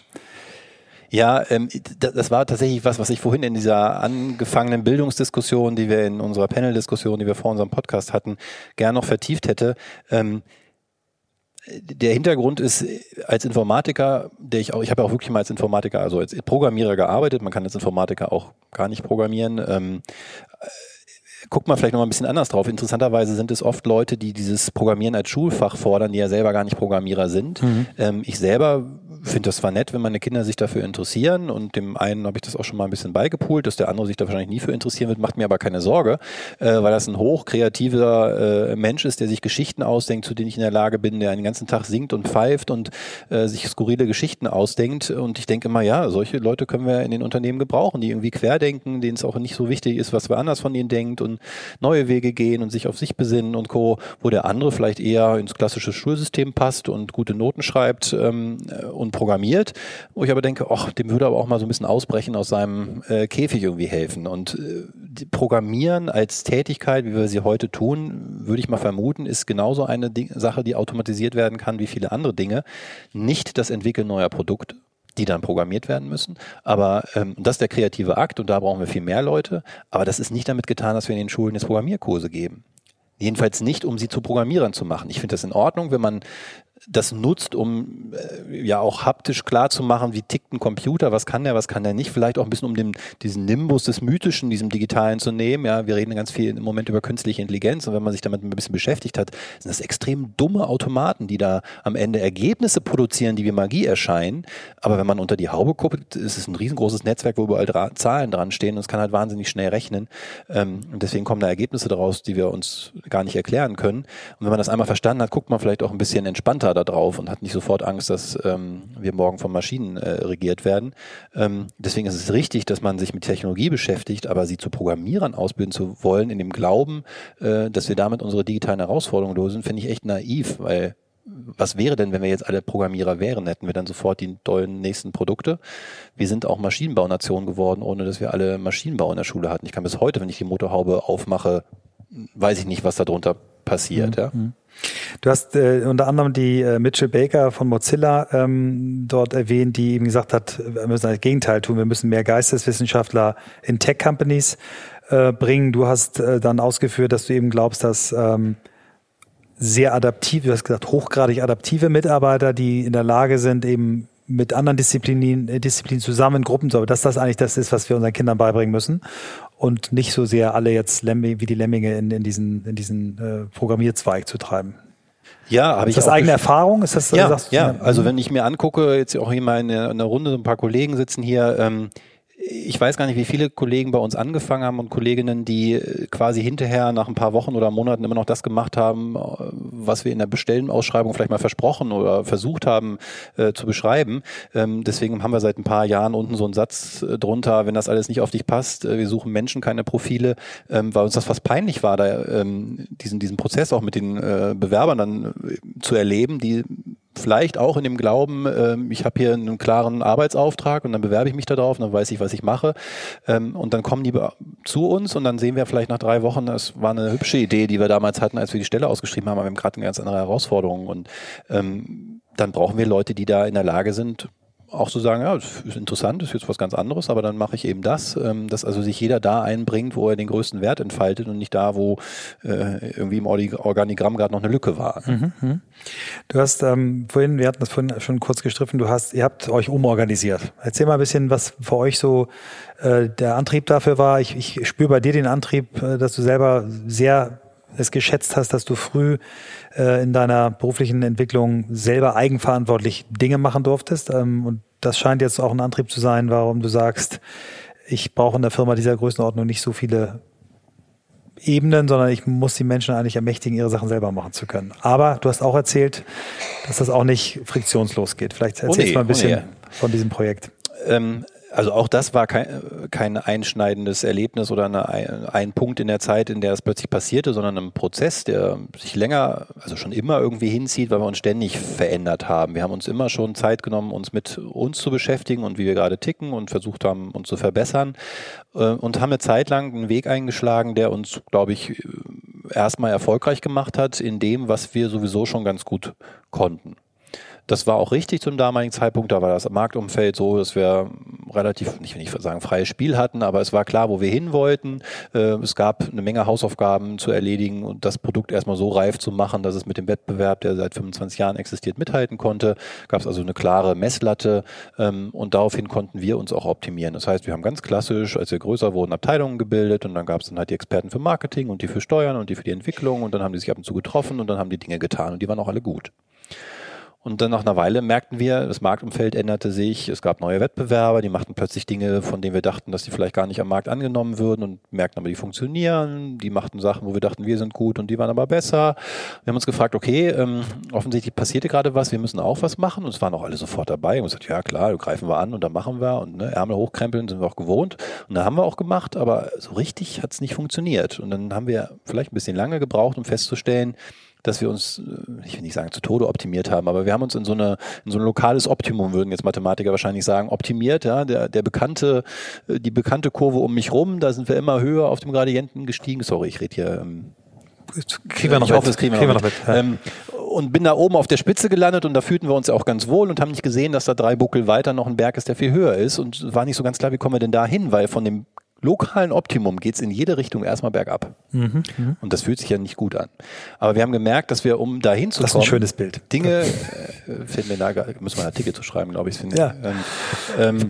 Ja, ähm, das war tatsächlich was, was ich vorhin in dieser angefangenen Bildungsdiskussion, die wir in unserer Panel-Diskussion, die wir vor unserem Podcast hatten, gern noch vertieft hätte. Ähm, der Hintergrund ist, als Informatiker, der ich auch, ich habe ja auch wirklich mal als Informatiker, also als Programmierer gearbeitet, man kann als Informatiker auch gar nicht programmieren. Ähm, Guck mal vielleicht noch mal ein bisschen anders drauf. Interessanterweise sind es oft Leute, die dieses Programmieren als Schulfach fordern, die ja selber gar nicht Programmierer sind. Mhm. Ähm, ich selber finde das zwar nett, wenn meine Kinder sich dafür interessieren, und dem einen habe ich das auch schon mal ein bisschen beigepult, dass der andere sich da wahrscheinlich nie für interessieren wird, macht mir aber keine Sorge, äh, weil das ein hochkreativer äh, Mensch ist, der sich Geschichten ausdenkt, zu denen ich in der Lage bin, der den ganzen Tag singt und pfeift und äh, sich skurrile Geschichten ausdenkt. Und ich denke immer, ja, solche Leute können wir in den Unternehmen gebrauchen, die irgendwie querdenken, denen es auch nicht so wichtig ist, was wer anders von ihnen denkt und neue Wege gehen und sich auf sich besinnen und Co., wo der andere vielleicht eher ins klassische Schulsystem passt und gute Noten schreibt ähm, und programmiert, wo ich aber denke, ach, dem würde aber auch mal so ein bisschen ausbrechen aus seinem äh, Käfig irgendwie helfen. Und äh, Programmieren als Tätigkeit, wie wir sie heute tun, würde ich mal vermuten, ist genauso eine Ding- Sache, die automatisiert werden kann wie viele andere Dinge. Nicht das Entwickeln neuer Produkte, die dann programmiert werden müssen. Aber ähm, das ist der kreative Akt und da brauchen wir viel mehr Leute. Aber das ist nicht damit getan, dass wir in den Schulen jetzt Programmierkurse geben. Jedenfalls nicht, um sie zu Programmierern zu machen. Ich finde das in Ordnung, wenn man das nutzt, um äh, ja auch haptisch klar zu machen, wie tickt ein Computer, was kann der, was kann der nicht, vielleicht auch ein bisschen um den, diesen Nimbus des Mythischen, diesem Digitalen zu nehmen. Ja, wir reden ganz viel im Moment über künstliche Intelligenz und wenn man sich damit ein bisschen beschäftigt hat, sind das extrem dumme Automaten, die da am Ende Ergebnisse produzieren, die wie Magie erscheinen. Aber wenn man unter die Haube guckt, ist es ein riesengroßes Netzwerk, wo überall dra- Zahlen dran stehen und es kann halt wahnsinnig schnell rechnen. Ähm, und deswegen kommen da Ergebnisse daraus, die wir uns gar nicht erklären können. Und wenn man das einmal verstanden hat, guckt man vielleicht auch ein bisschen entspannter da drauf und hat nicht sofort Angst, dass ähm, wir morgen von Maschinen äh, regiert werden. Ähm, deswegen ist es richtig, dass man sich mit Technologie beschäftigt, aber sie zu Programmierern ausbilden zu wollen, in dem Glauben, äh, dass wir damit unsere digitalen Herausforderungen lösen, finde ich echt naiv, weil was wäre denn, wenn wir jetzt alle Programmierer wären? Hätten wir dann sofort die tollen nächsten Produkte? Wir sind auch Maschinenbaunation geworden, ohne dass wir alle Maschinenbau in der Schule hatten. Ich kann bis heute, wenn ich die Motorhaube aufmache, weiß ich nicht, was da drunter passiert. Mhm. Ja. Du hast äh, unter anderem die äh, Mitchell Baker von Mozilla ähm, dort erwähnt, die eben gesagt hat, wir müssen das Gegenteil tun, wir müssen mehr Geisteswissenschaftler in Tech-Companies äh, bringen. Du hast äh, dann ausgeführt, dass du eben glaubst, dass ähm, sehr adaptiv, du hast gesagt, hochgradig adaptive Mitarbeiter, die in der Lage sind, eben mit anderen Disziplinen, Disziplinen zusammen in Gruppen zu arbeiten, dass das eigentlich das ist, was wir unseren Kindern beibringen müssen und nicht so sehr alle jetzt Lemming, wie die Lemminge in, in diesen, in diesen äh, Programmierzweig zu treiben. Ja, habe ich Ist das auch eigene gesch- Erfahrung? Ist das, ja, sagst du, ja, also wenn ich mir angucke, jetzt auch hier mal in einer Runde, so ein paar Kollegen sitzen hier, ähm, ich weiß gar nicht, wie viele Kollegen bei uns angefangen haben und Kolleginnen, die quasi hinterher nach ein paar Wochen oder Monaten immer noch das gemacht haben, was wir in der Bestellenausschreibung vielleicht mal versprochen oder versucht haben äh, zu beschreiben. Ähm, deswegen haben wir seit ein paar Jahren unten so einen Satz äh, drunter, wenn das alles nicht auf dich passt, äh, wir suchen Menschen, keine Profile, ähm, weil uns das fast peinlich war, da ähm, diesen, diesen Prozess auch mit den äh, Bewerbern dann äh, zu erleben, die vielleicht auch in dem Glauben, äh, ich habe hier einen klaren Arbeitsauftrag und dann bewerbe ich mich da drauf und dann weiß ich, was ich mache. Ähm, und dann kommen die be- zu uns und dann sehen wir vielleicht nach drei Wochen, das war eine hübsche Idee, die wir damals hatten, als wir die Stelle ausgeschrieben haben, aber wir haben gerade eine ganz andere Herausforderung. Und ähm, dann brauchen wir Leute, die da in der Lage sind, auch zu sagen, ja, das ist interessant, das ist jetzt was ganz anderes, aber dann mache ich eben das, ähm, dass also sich jeder da einbringt, wo er den größten Wert entfaltet und nicht da, wo äh, irgendwie im Organigramm gerade noch eine Lücke war. Ne? Mhm. Du hast ähm, vorhin, wir hatten das vorhin schon kurz gestriffen, du hast, ihr habt euch umorganisiert. Erzähl mal ein bisschen, was für euch so äh, der Antrieb dafür war. Ich, ich spüre bei dir den Antrieb, äh, dass du selber sehr es geschätzt hast, dass du früh äh, in deiner beruflichen Entwicklung selber eigenverantwortlich Dinge machen durftest. Ähm, und das scheint jetzt auch ein Antrieb zu sein, warum du sagst, ich brauche in der Firma dieser Größenordnung nicht so viele Ebenen, sondern ich muss die Menschen eigentlich ermächtigen, ihre Sachen selber machen zu können. Aber du hast auch erzählt, dass das auch nicht friktionslos geht. Vielleicht erzählst du oh nee, mal ein bisschen oh nee. von diesem Projekt. Ähm, Also auch das war kein, kein einschneidendes Erlebnis oder eine, ein Punkt in der Zeit, in der es plötzlich passierte, sondern ein Prozess, der sich länger, also schon immer irgendwie hinzieht, weil wir uns ständig verändert haben. Wir haben uns immer schon Zeit genommen, uns mit uns zu beschäftigen und wie wir gerade ticken und versucht haben, uns zu verbessern und haben eine Zeit lang einen Weg eingeschlagen, der uns, glaube ich, erstmal erfolgreich gemacht hat in dem, was wir sowieso schon ganz gut konnten. Das war auch richtig zum damaligen Zeitpunkt, da war das Marktumfeld so, dass wir relativ, nicht, nicht sagen freies Spiel hatten, aber es war klar, wo wir hin wollten. Es gab eine Menge Hausaufgaben zu erledigen und das Produkt erstmal so reif zu machen, dass es mit dem Wettbewerb, der seit fünfundzwanzig Jahren existiert, mithalten konnte. Gab es also eine klare Messlatte und daraufhin konnten wir uns auch optimieren. Das heißt, wir haben ganz klassisch, als wir größer wurden, Abteilungen gebildet und dann gab es dann halt die Experten für Marketing und die für Steuern und die für die Entwicklung und dann haben die sich ab und zu getroffen und dann haben die Dinge getan und die waren auch alle gut. Und dann nach einer Weile merkten wir, das Marktumfeld änderte sich, es gab neue Wettbewerber, die machten plötzlich Dinge, von denen wir dachten, dass die vielleicht gar nicht am Markt angenommen würden und merkten aber, die funktionieren, die machten Sachen, wo wir dachten, wir sind gut und die waren aber besser. Wir haben uns gefragt, okay, ähm, offensichtlich passierte gerade was, wir müssen auch was machen und es waren auch alle sofort dabei und gesagt, ja klar, greifen wir an und dann machen wir und ne, Ärmel hochkrempeln sind wir auch gewohnt und da haben wir auch gemacht, aber so richtig hat es nicht funktioniert und dann haben wir vielleicht ein bisschen lange gebraucht, um festzustellen, dass wir uns, ich will nicht sagen zu Tode optimiert haben, aber wir haben uns in so eine, in so ein lokales Optimum, würden jetzt Mathematiker wahrscheinlich sagen, optimiert, ja, der, der bekannte, die bekannte Kurve um mich rum, da sind wir immer höher auf dem Gradienten gestiegen. Sorry, ich rede hier, ähm, kriegen wir noch ich mit. hoffe, das kriegen wir kriegen noch wir mit. noch mit. Ja. Ähm, und bin da oben auf der Spitze gelandet und da fühlten wir uns ja auch ganz wohl und haben nicht gesehen, dass da drei Buckel weiter noch ein Berg ist, der viel höher ist, und war nicht so ganz klar, wie kommen wir denn da hin, weil von dem lokalen Optimum geht es in jede Richtung erstmal bergab. Mhm, mh. Und das fühlt sich ja nicht gut an. Aber wir haben gemerkt, dass wir, um da hinzukommen, das ist ein schönes Bild. Dinge, äh, finden wir da, müssen wir einen Artikel zu schreiben, glaube ich. Finde, ja. ähm, ähm,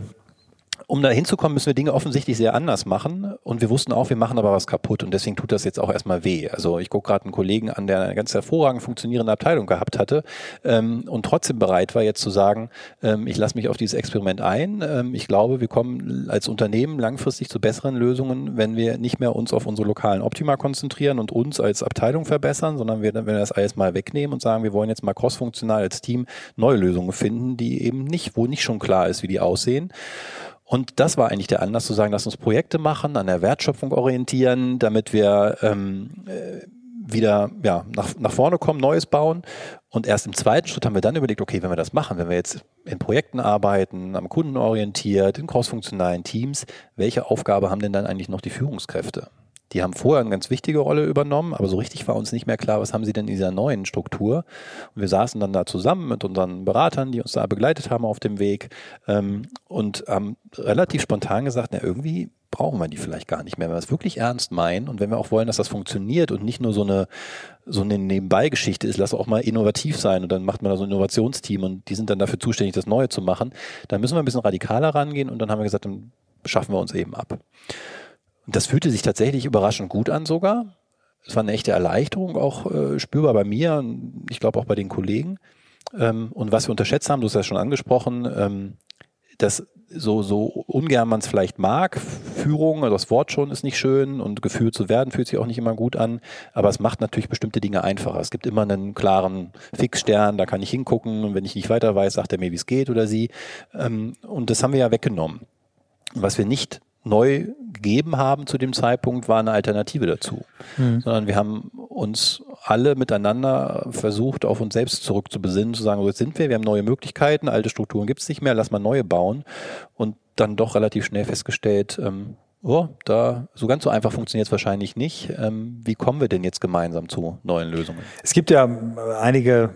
Um da hinzukommen, müssen wir Dinge offensichtlich sehr anders machen, und wir wussten auch, wir machen aber was kaputt, und deswegen tut das jetzt auch erstmal weh. Also ich gucke gerade einen Kollegen an, der eine ganz hervorragend funktionierende Abteilung gehabt hatte ähm, und trotzdem bereit war, jetzt zu sagen, ähm, ich lasse mich auf dieses Experiment ein. Ähm, ich glaube, wir kommen als Unternehmen langfristig zu besseren Lösungen, wenn wir nicht mehr uns auf unsere lokalen Optima konzentrieren und uns als Abteilung verbessern, sondern wir, wenn wir das alles mal wegnehmen und sagen, wir wollen jetzt mal crossfunktional als Team neue Lösungen finden, die eben nicht, wo nicht schon klar ist, wie die aussehen. Und das war eigentlich der Anlass zu sagen, lass uns Projekte machen, an der Wertschöpfung orientieren, damit wir ähm, äh, wieder ja, nach, nach vorne kommen, Neues bauen. Und erst im zweiten Schritt haben wir dann überlegt, okay, wenn wir das machen, wenn wir jetzt in Projekten arbeiten, am Kunden orientiert, in crossfunktionalen Teams, welche Aufgabe haben denn dann eigentlich noch die Führungskräfte? Die haben vorher eine ganz wichtige Rolle übernommen, aber so richtig war uns nicht mehr klar, was haben sie denn in dieser neuen Struktur. Und wir saßen dann da zusammen mit unseren Beratern, die uns da begleitet haben auf dem Weg, ähm, und haben relativ spontan gesagt, na, irgendwie brauchen wir die vielleicht gar nicht mehr, wenn wir es wirklich ernst meinen und wenn wir auch wollen, dass das funktioniert und nicht nur so eine so eine Nebenbei-Geschichte ist, lass auch mal innovativ sein, und dann macht man da so ein Innovationsteam und die sind dann dafür zuständig, das Neue zu machen. Dann müssen wir ein bisschen radikaler rangehen, und dann haben wir gesagt, dann schaffen wir uns eben ab. Und das fühlte sich tatsächlich überraschend gut an sogar. Es war eine echte Erleichterung, auch äh, spürbar bei mir und ich glaube auch bei den Kollegen. Ähm, und was wir unterschätzt haben, du hast das schon angesprochen, ähm, dass so, so ungern man es vielleicht mag, Führung, also das Wort schon ist nicht schön und geführt zu werden fühlt sich auch nicht immer gut an, aber es macht natürlich bestimmte Dinge einfacher. Es gibt immer einen klaren Fixstern, da kann ich hingucken, und wenn ich nicht weiter weiß, sagt er mir, wie es geht oder sie. Ähm, und das haben wir ja weggenommen. Was wir nicht neu gegeben haben zu dem Zeitpunkt, war eine Alternative dazu. Mhm. Sondern wir haben uns alle miteinander versucht, auf uns selbst zurückzubesinnen, zu sagen, so jetzt sind wir, wir haben neue Möglichkeiten, alte Strukturen gibt es nicht mehr, lass mal neue bauen, und dann doch relativ schnell festgestellt, ähm, oh, da so ganz so einfach funktioniert es wahrscheinlich nicht. Ähm, wie kommen wir denn jetzt gemeinsam zu neuen Lösungen? Es gibt ja einige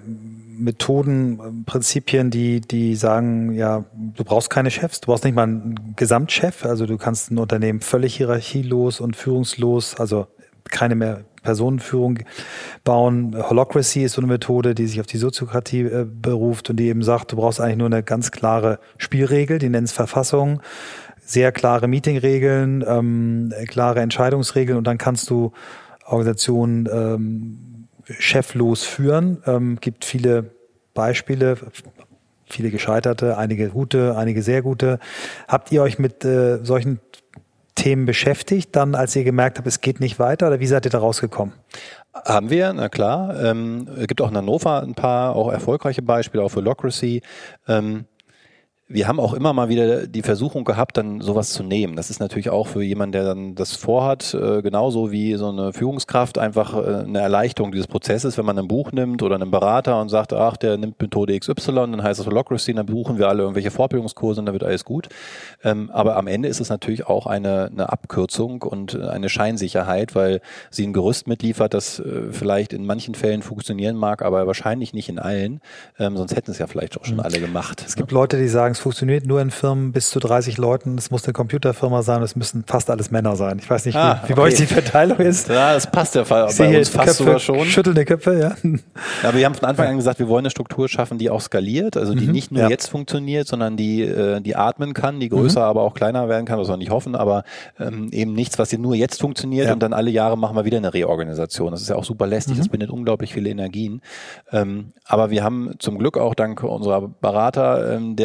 Methoden, Prinzipien, die, die sagen, ja, du brauchst keine Chefs, du brauchst nicht mal einen Gesamtchef, also du kannst ein Unternehmen völlig hierarchielos und führungslos, also keine mehr Personenführung bauen. Holacracy ist so eine Methode, die sich auf die Soziokratie äh, beruft und die eben sagt, du brauchst eigentlich nur eine ganz klare Spielregel, die nennen es Verfassung, sehr klare Meetingregeln, ähm, klare Entscheidungsregeln, und dann kannst du Organisationen ähm, cheflos führen. Ähm, gibt viele Beispiele, viele gescheiterte, einige gute, einige sehr gute. Habt ihr euch mit äh, solchen Themen beschäftigt, dann als ihr gemerkt habt, es geht nicht weiter, oder wie seid ihr da rausgekommen? Haben wir, na klar. Ähm, es gibt auch in Hannover ein paar auch erfolgreiche Beispiele, auch für Holacracy. Ähm, Wir haben auch immer mal wieder die Versuchung gehabt, dann sowas zu nehmen. Das ist natürlich auch für jemanden, der dann das vorhat, genauso wie so eine Führungskraft einfach eine Erleichterung dieses Prozesses, wenn man ein Buch nimmt oder einen Berater und sagt, ach, der nimmt Methode X Y, dann heißt das Holacracy, dann buchen wir alle irgendwelche Fortbildungskurse und dann wird alles gut. Aber am Ende ist es natürlich auch eine, eine Abkürzung und eine Scheinsicherheit, weil sie ein Gerüst mitliefert, das vielleicht in manchen Fällen funktionieren mag, aber wahrscheinlich nicht in allen. Sonst hätten es ja vielleicht auch schon alle gemacht. Es gibt Leute, die sagen, es funktioniert nur in Firmen bis zu dreißig Leuten. Es muss eine Computerfirma sein. Es müssen fast alles Männer sein. Ich weiß nicht, ah, wie, wie okay. bei euch die Verteilung ist. Ja, das passt ja bei ich uns fast Köpfe, sogar schon. Schüttelnde Köpfe, ja. Ja, wir haben von Anfang an gesagt, wir wollen eine Struktur schaffen, die auch skaliert, also die mhm, nicht nur ja. jetzt funktioniert, sondern die, die atmen kann, die größer, mhm. aber auch kleiner werden kann, was wir nicht hoffen, aber ähm, eben nichts, was nur jetzt funktioniert ja. und dann alle Jahre machen wir wieder eine Reorganisation. Das ist ja auch super lästig, mhm. das bindet unglaublich viele Energien. Ähm, aber wir haben zum Glück auch dank unserer Berater, ähm, der versucht,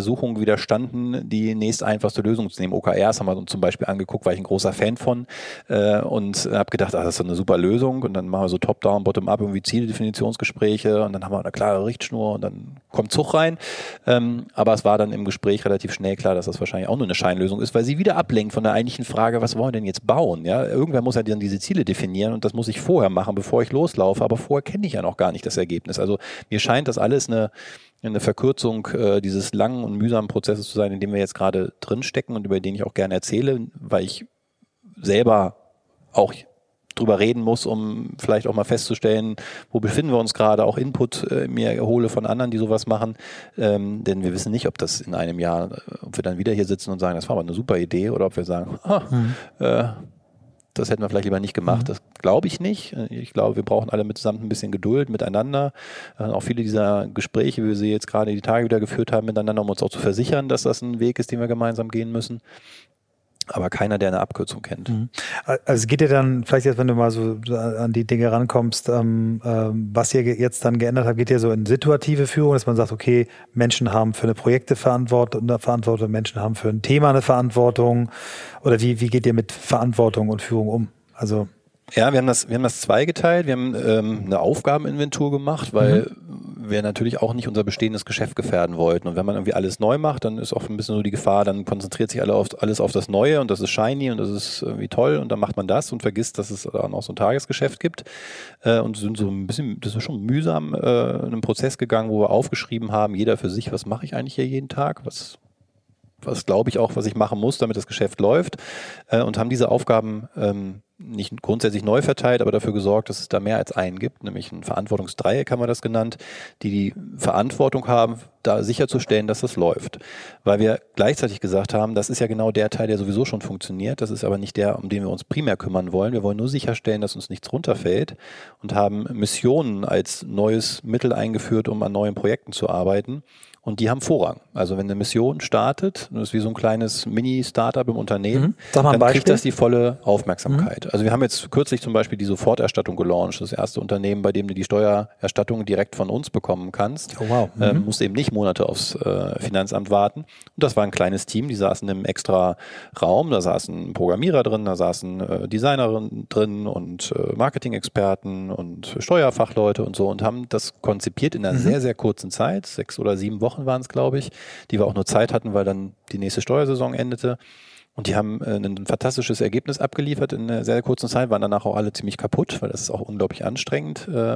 Versuchung widerstanden, die nächst einfachste Lösung zu nehmen. O K Rs haben wir uns zum Beispiel angeguckt, war ich ein großer Fan von äh, und habe gedacht, ach, das ist so eine super Lösung und dann machen wir so Top-Down, Bottom-Up irgendwie Zieldefinitionsgespräche und dann haben wir eine klare Richtschnur und dann kommt Zug rein. Ähm, aber es war dann im Gespräch relativ schnell klar, dass das wahrscheinlich auch nur eine Scheinlösung ist, weil sie wieder ablenkt von der eigentlichen Frage, was wollen wir denn jetzt bauen? Ja, irgendwer muss ja dann diese Ziele definieren und das muss ich vorher machen, bevor ich loslaufe, aber vorher kenne ich ja noch gar nicht das Ergebnis. Also mir scheint das alles eine, eine Verkürzung äh, dieses langen und mühsamen Prozesses zu sein, in dem wir jetzt gerade drinstecken und über den ich auch gerne erzähle, weil ich selber auch drüber reden muss, um vielleicht auch mal festzustellen, wo befinden wir uns gerade, auch Input äh, mir hole von anderen, die sowas machen, ähm, denn wir wissen nicht, ob das in einem Jahr, ob wir dann wieder hier sitzen und sagen, das war aber eine super Idee, oder ob wir sagen, ah, mhm. äh, das hätten wir vielleicht lieber nicht gemacht. Das glaube ich nicht. Ich glaube, wir brauchen alle mitsamt ein bisschen Geduld miteinander. Auch viele dieser Gespräche, wie wir sie jetzt gerade die Tage wieder geführt haben miteinander, um uns auch zu versichern, dass das ein Weg ist, den wir gemeinsam gehen müssen. Aber keiner, der eine Abkürzung kennt. Also geht dir dann, vielleicht jetzt, wenn du mal so an die Dinge rankommst, ähm, ähm, was ihr jetzt dann geändert habt, geht ihr so in situative Führung, dass man sagt, okay, Menschen haben für eine Projekte Verantwortung, eine Verantwortung, Menschen haben für ein Thema eine Verantwortung, oder wie, wie geht ihr mit Verantwortung und Führung um? Also ja, wir haben das, wir haben das zweigeteilt. Wir haben ähm, eine Aufgabeninventur gemacht, weil mhm. wir natürlich auch nicht unser bestehendes Geschäft gefährden wollten. Und wenn man irgendwie alles neu macht, dann ist auch ein bisschen so die Gefahr, dann konzentriert sich alle auf, alles auf das Neue und das ist shiny und das ist irgendwie toll und dann macht man das und vergisst, dass es dann auch so ein Tagesgeschäft gibt. Äh, und sind so ein bisschen, das ist schon mühsam, äh, in einen Prozess gegangen, wo wir aufgeschrieben haben, jeder für sich, was mache ich eigentlich hier jeden Tag, was was glaube ich auch, was ich machen muss, damit das Geschäft läuft, äh, und haben diese Aufgaben ähm, nicht grundsätzlich neu verteilt, aber dafür gesorgt, dass es da mehr als einen gibt, nämlich ein Verantwortungsdreieck haben wir das genannt, die die Verantwortung haben, da sicherzustellen, dass das läuft. Weil wir gleichzeitig gesagt haben, das ist ja genau der Teil, der sowieso schon funktioniert, das ist aber nicht der, um den wir uns primär kümmern wollen. Wir wollen nur sicherstellen, dass uns nichts runterfällt und haben Missionen als neues Mittel eingeführt, um an neuen Projekten zu arbeiten. Und die haben Vorrang. Also wenn eine Mission startet, das ist wie so ein kleines Mini-Startup im Unternehmen, mhm. dann kriegt das die volle Aufmerksamkeit. Mhm. Also wir haben jetzt kürzlich zum Beispiel die Soforterstattung gelauncht. Das erste Unternehmen, bei dem du die Steuererstattung direkt von uns bekommen kannst. Oh, wow. Mhm. Ähm, musst eben nicht Monate aufs äh, Finanzamt warten. Und das war ein kleines Team, die saßen im extra Raum. Da saßen Programmierer drin, da saßen äh, Designer drin und äh, Marketing-Experten und Steuerfachleute und so und haben das konzipiert in einer mhm. sehr, sehr kurzen Zeit, sechs oder sieben Wochen waren es, glaube ich, die wir auch nur Zeit hatten, weil dann die nächste Steuersaison endete. Und die haben äh, ein fantastisches Ergebnis abgeliefert in einer sehr kurzen Zeit, waren danach auch alle ziemlich kaputt, weil das ist auch unglaublich anstrengend. Äh,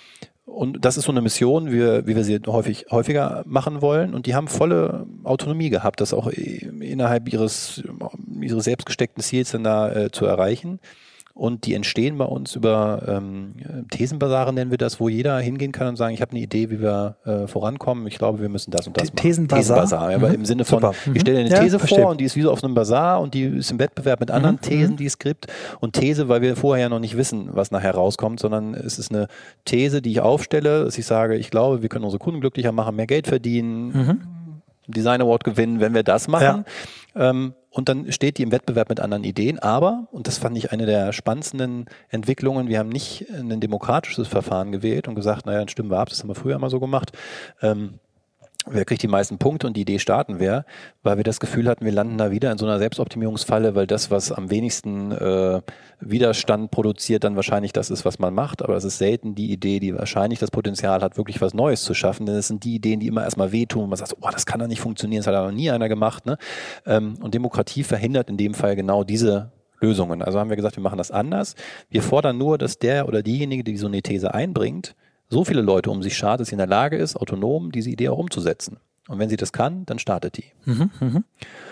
und das ist so eine Mission, wie wir, wie wir sie häufig, häufiger machen wollen. Und die haben volle Autonomie gehabt, das auch innerhalb ihres, ihres selbst gesteckten Ziels dann da äh, zu erreichen. Und die entstehen bei uns über ähm, Thesenbasare, nennen wir das, wo jeder hingehen kann und sagen, ich habe eine Idee, wie wir äh, vorankommen. Ich glaube, wir müssen das und das machen. Thesenbasar? Thesenbasar, aber mhm. im Sinne von, mhm. ich stelle eine These ja, vor verstehe. Und die ist wie so auf einem Basar und die ist im Wettbewerb mit anderen mhm. Thesen, die es gibt. Und These, weil wir vorher ja noch nicht wissen, was nachher rauskommt, sondern es ist eine These, die ich aufstelle, dass ich sage, ich glaube, wir können unsere Kunden glücklicher machen, mehr Geld verdienen, mhm. Design Award gewinnen, wenn wir das machen. Ja. Ähm, Und dann steht die im Wettbewerb mit anderen Ideen. Aber, und das fand ich eine der spannendsten Entwicklungen, wir haben nicht ein demokratisches Verfahren gewählt und gesagt, naja, dann stimmen wir ab, das haben wir früher immer so gemacht. Ähm, wer kriegt die meisten Punkte und die Idee starten wir, weil wir das Gefühl hatten, wir landen da wieder in so einer Selbstoptimierungsfalle, weil das, was am wenigsten äh, Widerstand produziert, dann wahrscheinlich das ist, was man macht, aber es ist selten die Idee, die wahrscheinlich das Potenzial hat, wirklich was Neues zu schaffen, denn es sind die Ideen, die immer erstmal wehtun und man sagt, oh, das kann doch nicht funktionieren, das hat ja noch nie einer gemacht, ne? Ähm, und Demokratie verhindert in dem Fall genau diese Lösungen. Also haben wir gesagt, wir machen das anders. Wir fordern nur, dass der oder diejenige, die so eine These einbringt, so viele Leute um sich schart, dass sie in der Lage ist, autonom diese Idee auch umzusetzen. Und wenn sie das kann, dann startet die. Mhm, mh.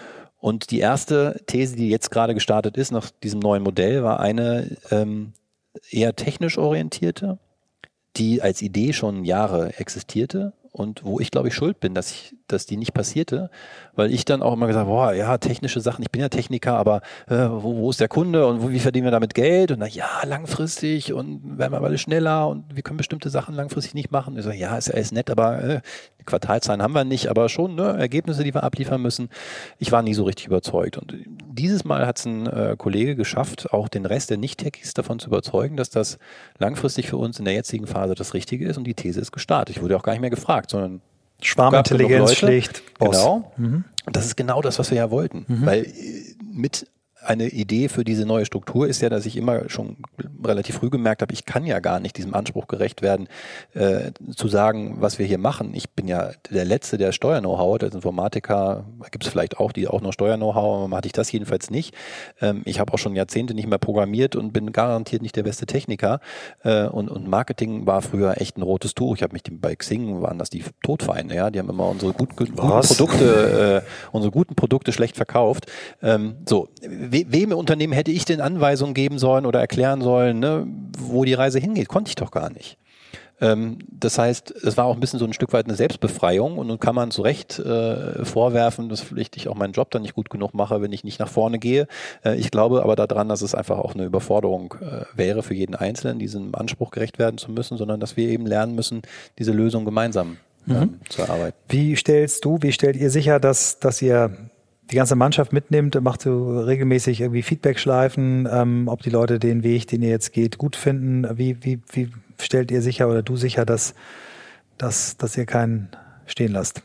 Und die erste These, die jetzt gerade gestartet ist, nach diesem neuen Modell, war eine ähm, eher technisch orientierte, die als Idee schon Jahre existierte und wo ich, glaube ich, schuld bin, dass ich, dass die nicht passierte, weil ich dann auch immer gesagt habe, boah, ja, technische Sachen, ich bin ja Techniker, aber äh, wo, wo ist der Kunde und wo, wie verdienen wir damit Geld? Und na ja, langfristig und werden wir alle schneller und wir können bestimmte Sachen langfristig nicht machen. Und ich so, ja, ist ja alles nett, aber äh, Quartalzahlen haben wir nicht, aber schon ne, Ergebnisse, die wir abliefern müssen. Ich war nie so richtig überzeugt. Und dieses Mal hat es ein äh, Kollege geschafft, auch den Rest der Nicht-Techies davon zu überzeugen, dass das langfristig für uns in der jetzigen Phase das Richtige ist und die These ist gestartet. Ich wurde auch gar nicht mehr gefragt, sondern Schwarmintelligenz schlicht. Boss. Genau. Mhm. Und das ist genau das, was wir ja wollten. Mhm. Weil mit eine Idee für diese neue Struktur ist ja, dass ich immer schon relativ früh gemerkt habe, ich kann ja gar nicht diesem Anspruch gerecht werden, äh, zu sagen, was wir hier machen. Ich bin ja der Letzte, der Steuer-Know-how hat. Als Informatiker gibt es vielleicht auch, die auch noch Steuer-Know-how, aber hatte ich das jedenfalls nicht. Ähm, ich habe auch schon Jahrzehnte nicht mehr programmiert und bin garantiert nicht der beste Techniker. Äh, und, und Marketing war früher echt ein rotes Tuch. Ich habe mich bei Xing, waren das die Todfeinde, ja, die haben immer unsere gut, guten Produkte, äh, unsere guten Produkte schlecht verkauft. Ähm, so, wem im Unternehmen hätte ich denn Anweisungen geben sollen oder erklären sollen, ne, wo die Reise hingeht? Konnte ich doch gar nicht. Ähm, das heißt, es war auch ein bisschen so ein Stück weit eine Selbstbefreiung und nun kann man zu Recht äh, vorwerfen, dass vielleicht ich auch meinen Job dann nicht gut genug mache, wenn ich nicht nach vorne gehe. Äh, ich glaube aber daran, dass es einfach auch eine Überforderung äh, wäre für jeden Einzelnen, diesem Anspruch gerecht werden zu müssen, sondern dass wir eben lernen müssen, diese Lösung gemeinsam ähm, mhm. zu erarbeiten. Wie stellst du, wie stellt ihr sicher, dass, dass ihr die ganze Mannschaft mitnimmt? Macht so regelmäßig irgendwie Feedback-Schleifen, ähm, ob die Leute den Weg, den ihr jetzt geht, gut finden? Wie, wie, wie stellt ihr sicher oder du sicher, dass, dass, dass ihr keinen stehen lasst?